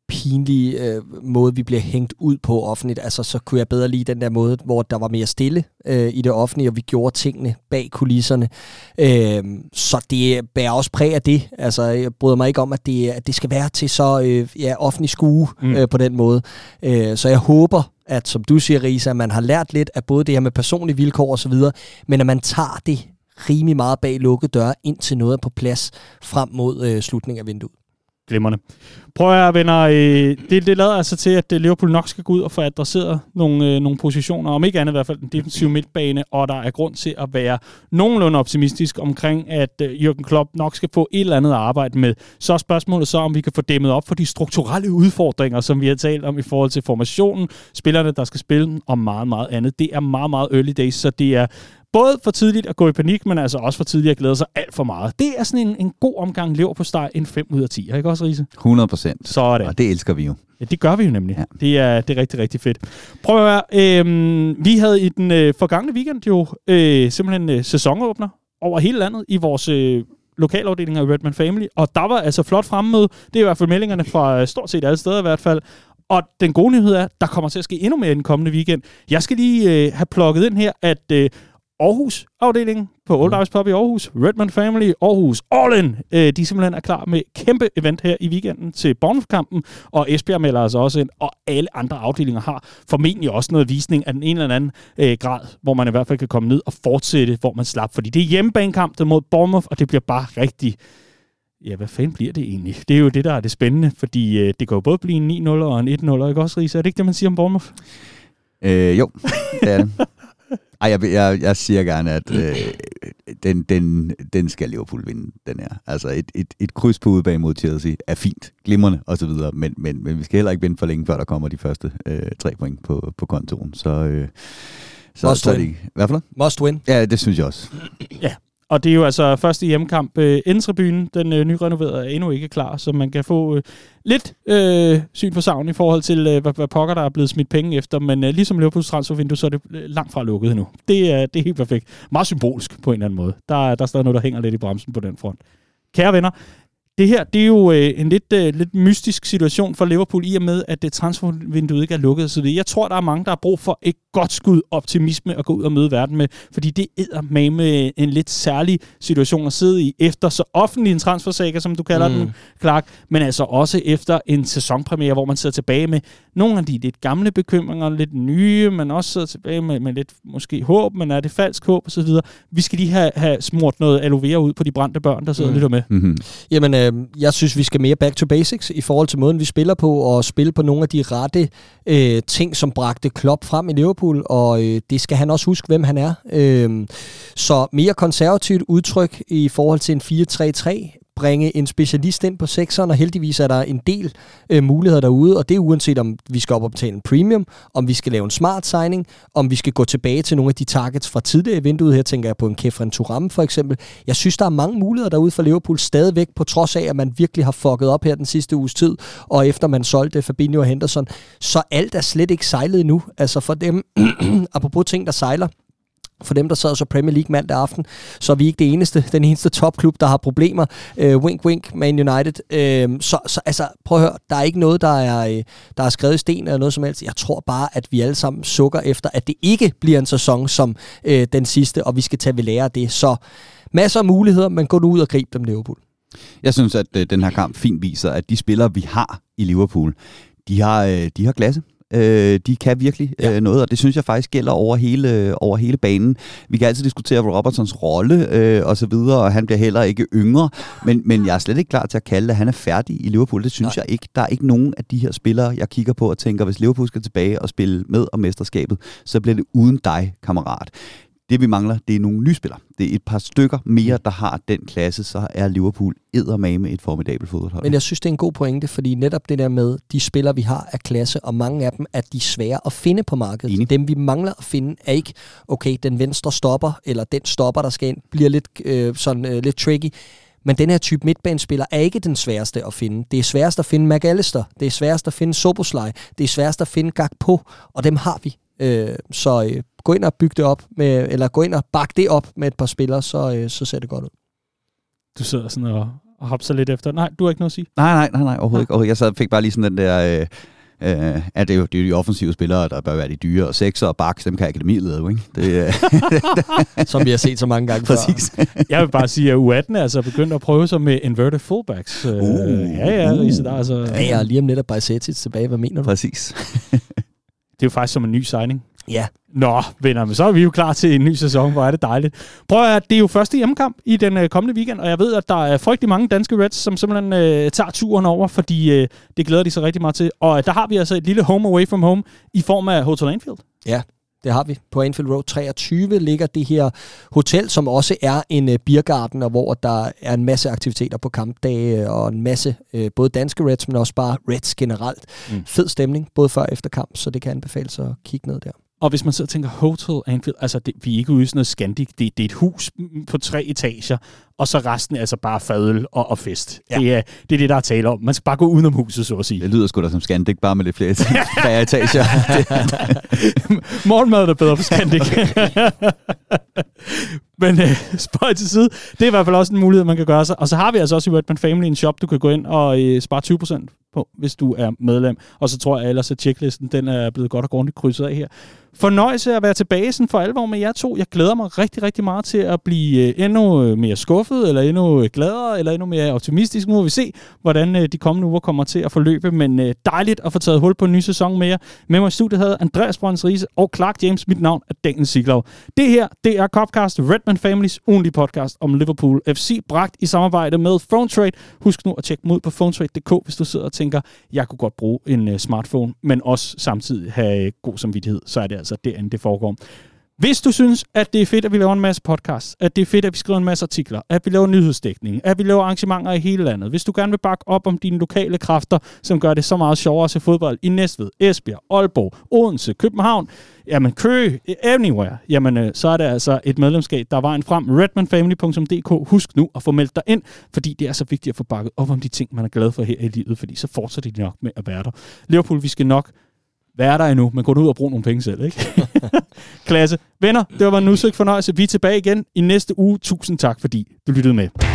pinlige øh, måde, vi bliver hængt ud på offentligt. Altså, så kunne jeg bedre lide den der måde, hvor der var mere stille øh, i det offentlige, og vi gjorde tingene bag kulisserne. Øh, så det bærer også præg af det. Altså, jeg bryder mig ikke om, at det, at det skal være til så øh, ja, offentlig skue mm. øh, på den måde. Øh, så jeg håber, at som du siger, Risa, at man har lært lidt af både det her med personlige vilkår og så videre, men at man tager det rimelig meget bag lukkede døre, indtil noget er på plads frem mod øh, slutningen af vinduet. Glimrende. Prøv at venner, øh, det, det lader altså til, at Liverpool nok skal gå ud og få adresseret nogle, øh, nogle positioner, om ikke andet i hvert fald den defensive midtbane, og der er grund til at være nogenlunde optimistisk omkring, at øh, Jürgen Klopp nok skal få et eller andet at arbejde med. Så er spørgsmålet så, om vi kan få dæmmet op for de strukturelle udfordringer, som vi har talt om i forhold til formationen, spillerne, der skal spille, og meget, meget andet. Det er meget, meget early days, så det er både for tidligt at gå i panik, men altså også for tidligt at glæde sig alt for meget. Det er sådan en, en god omgang leverpostej, en fem ud af ti. Ikke også, Riese? hundrede procent. Sådan. Og det elsker vi jo. Ja, det gør vi jo nemlig. Ja. Det, er, det er rigtig, rigtig fedt. Prøv at høre. Øh, vi havde i den øh, forgangne weekend jo øh, simpelthen øh, sæsonåbner over hele landet i vores øh, lokalafdeling af Redman Family, og der var altså flot fremmøde. Det er i hvert fald meldingerne fra øh, stort set alle steder i hvert fald. Og den gode nyhed er, der kommer til at ske endnu mere i den kommende weekend. Jeg skal lige øh, have plukket ind her, at øh, Aarhus-afdelingen på Old Irish Pub i Aarhus, Redman Family, Aarhus, All In, øh, de simpelthen er klar med kæmpe event her i weekenden til Bournemouth-kampen, og Esbjerg melder altså også ind, og alle andre afdelinger har formentlig også noget visning af den ene eller anden øh, grad, hvor man i hvert fald kan komme ned og fortsætte, hvor man slap, fordi det er hjemmebanekamp mod Bournemouth, og det bliver bare rigtig... Ja, hvad fanden bliver det egentlig? Det er jo det, der er det spændende, fordi øh, det kan jo både blive en ni nul og en et nul, ikke også, Riese? Er det ikke det, man siger om Bournemouth? Øh, jo, det er det. Ej, jeg, jeg, jeg siger gerne, at øh, den, den, den skal Liverpool vinde, den her. Altså et, et, et kryds på udebane mod Chelsea er fint, glimrende og så videre, men, men, men vi skal heller ikke vinde for længe, før der kommer de første øh, tre point på, på kontoen. Så, øh, så, Must så win. det, hvad for noget? Must win. Ja, det synes jeg også. Ja. Og det er jo altså første hjemmekamp. Øh, N-tribunen, den øh, nyrenoverede, er endnu ikke klar, så man kan få øh, lidt øh, syn for savn i forhold til, øh, hvad, hvad pokker der er blevet smidt penge efter. Men øh, ligesom Liverpools transfervindue, så er det langt fra lukket endnu. Det er, det er helt perfekt. Meget symbolsk på en eller anden måde. Der, der er stadig noget, der hænger lidt i bremsen på den front. Kære venner, det her, det er jo øh, en lidt, øh, lidt mystisk situation for Liverpool, i og med, at det transfervinduet ikke er lukket. Så det, jeg tror, der er mange, der har brug for et godt skud optimisme at gå ud og møde verden med, fordi det er med en lidt særlig situation at sidde i, efter så offentlig en transfersaga, som du kalder mm. den, Clark, men altså også efter en sæsonpremiere, hvor man sidder tilbage med nogle af de lidt gamle bekymringer, lidt nye, men også sidder tilbage med, med lidt måske håb, men er det falsk håb osv. Vi skal lige have, have smurt noget aloe vera ud på de brændte børn, der sidder mm. lidt med. Mm-hmm. Jamen, Øh, jeg synes, vi skal mere back to basics i forhold til måden, vi spiller på, og spille på nogle af de rette øh, ting, som bragte Klopp frem i Liverpool, og øh, det skal han også huske, hvem han er. Øh, så mere konservativt udtryk i forhold til en fire tre tre, bringe en specialist ind på sekseren, og heldigvis er der en del øh, muligheder derude, og det er uanset om vi skal op og betale en premium, om vi skal lave en smart signing, om vi skal gå tilbage til nogle af de targets fra tidligere i vinduet. Her tænker jeg på en Kefren Thuram for eksempel. Jeg synes, der er mange muligheder derude for Liverpool stadigvæk, på trods af, at man virkelig har fucket op her den sidste uges tid, og efter man solgte Fabinho og Henderson, så alt er slet ikke sejlet endnu. Altså for dem, apropos ting, der sejler, for dem, der sad så Premier League mandag aften, så er vi ikke det eneste, den eneste topklub, der har problemer. Uh, wink, wink, Man United. Uh, så, så altså, prøv at høre, der er ikke noget, der er, der er skrevet i sten eller noget som helst. Jeg tror bare, at vi alle sammen sukker efter, at det ikke bliver en sæson som uh, den sidste, og vi skal tage ved lære af det. Så masser af muligheder, men gå nu ud og grib dem, Liverpool. Jeg synes, at uh, den her kamp fint viser, at de spillere, vi har i Liverpool, de har, uh, de har klasse. Øh, de kan virkelig ja. øh, noget, og det synes jeg faktisk gælder over hele, over hele banen. Vi kan altid diskutere Robertsons rolle øh, og så videre, og han bliver heller ikke yngre, men, men jeg er slet ikke klar til at kalde det, at han er færdig i Liverpool. Det synes Nej. jeg ikke. Der er ikke nogen af de her spillere, jeg kigger på og tænker, hvis Liverpool skal tilbage og spille med om mesterskabet, så bliver det uden dig, kammerat. Det vi mangler, det er nogle nye spillere. Det er et par stykker mere, der har den klasse, så er Liverpool eddermame et formidabelt fodboldhold. Men jeg synes, det er en god pointe, fordi netop det der med, de spillere, vi har, er klasse, og mange af dem er de svære at finde på markedet. Enig. Dem, vi mangler at finde, er ikke, okay, den venstre stopper, eller den stopper, der skal ind, bliver lidt, øh, sådan, øh, lidt tricky. Men den her type midtbanespiller er ikke den sværeste at finde. Det er sværest at finde McAllister, det er sværest at finde Szoboszlai, det er sværest at finde Gakpo, og dem har vi. Øh, så øh, gå ind og bygge det op, med, eller gå ind og bakke det op med et par spillere, så, øh, så ser det godt ud. Du sidder sådan og, og hopser lidt efter. Nej, du har ikke noget at sige? Nej, nej, nej, nej overhovedet ja. ikke. Jeg sad, fik bare lige sådan den der... Øh Uh, at det er jo det er de offensive spillere, der bør være de dyre, og sekser og baks, dem kan akademiet lede, ikke? Det, uh... Som vi har set så mange gange før. Præcis. Jeg vil bare sige, at U atten er altså begyndt at prøve sig med inverted fullbacks. Uh, uh, ja, ja, Riese, der altså... Ja, ja, lige om lidt er Bajsetic tilbage. Hvad mener du? Præcis. Det er jo faktisk som en ny signing. Ja. Nå, venner, men så er vi jo klar til en ny sæson, hvor er det dejligt. Prøv at høre, det er jo første hjemmekamp i den øh, kommende weekend, og jeg ved, at der er frygtelig mange danske Reds, som simpelthen øh, tager turen over, fordi øh, det glæder de sig rigtig meget til. Og øh, der har vi altså et lille home away from home i form af Hotel Anfield. Ja, det har vi. På Anfield Road treogtyve ligger det her hotel, som også er en uh, biergarten, og hvor der er en masse aktiviteter på kampdage, og en masse uh, både danske Reds, men også bare Reds generelt. Mm. Fed stemning, både før og efter kamp, så det kan anbefales at kigge ned der. Og hvis man så tænker Hotel Anfield, altså det, vi er ikke ude i sådan noget Scandic, det, det er et hus på tre etager, og så resten er altså bare fadøl og, og fest. Ja. Det, er, det er det, der er tale om. Man skal bare gå udenom huset, så at sige. Det lyder sgu da som Scandic, bare med lidt flere etager. etager. Morgenmad er bedre for Scandic. Men øh, spøj til side, det er i hvert fald også en mulighed, man kan gøre sig. Og så har vi altså også i Redman Family en shop, du kan gå ind og øh, spare tyve procent på, hvis du er medlem. Og så tror jeg ellers, at checklisten den er blevet godt og grundigt krydset af her. Fornøjelse at være tilbage sådan for alvor med jer to. Jeg glæder mig rigtig, rigtig meget til at blive endnu mere skuffet, eller endnu gladere, eller endnu mere optimistisk. Nu må vi se, hvordan de kommende uger kommer til at forløbe. Men dejligt at få taget hul på en ny sæson med jer. Med mig i studiet havde Andreas Brøns Riise og Clark James. Mit navn er Daniel Siglau. Det her, det er Copcast, Redman Families ugentlige podcast om Liverpool F C, bragt i samarbejde med PhoneTrade. Husk nu at tjekke dem ud på phonetrade punktum d k, hvis du sidder og tænker, jeg kunne godt bruge en smartphone, men også samtidig have god samvittighed. Så er det altså derinde, det foregår. Hvis du synes, at det er fedt, at vi laver en masse podcasts, at det er fedt, at vi skriver en masse artikler, at vi laver nyhedsdækning, at vi laver arrangementer i hele landet, hvis du gerne vil bakke op om dine lokale kræfter, som gør det så meget sjovere at se fodbold i Næstved, Esbjerg, Aalborg, Odense, København, jamen Køge, anywhere, jamen så er det altså et medlemskab, der er vejen frem. redman family punktum d k. Husk nu at få meldt dig ind, fordi det er så vigtigt at få bakket op om de ting, man er glad for her i livet, fordi så fortsætter de nok med at være der. Liverpool, vi skal nok være der endnu, men gå ud og bruge nogle penge selv, ikke? Klasse. Venner, det var en udsøgt fornøjelse. Vi er tilbage igen i næste uge. Tusind tak, fordi du lyttede med.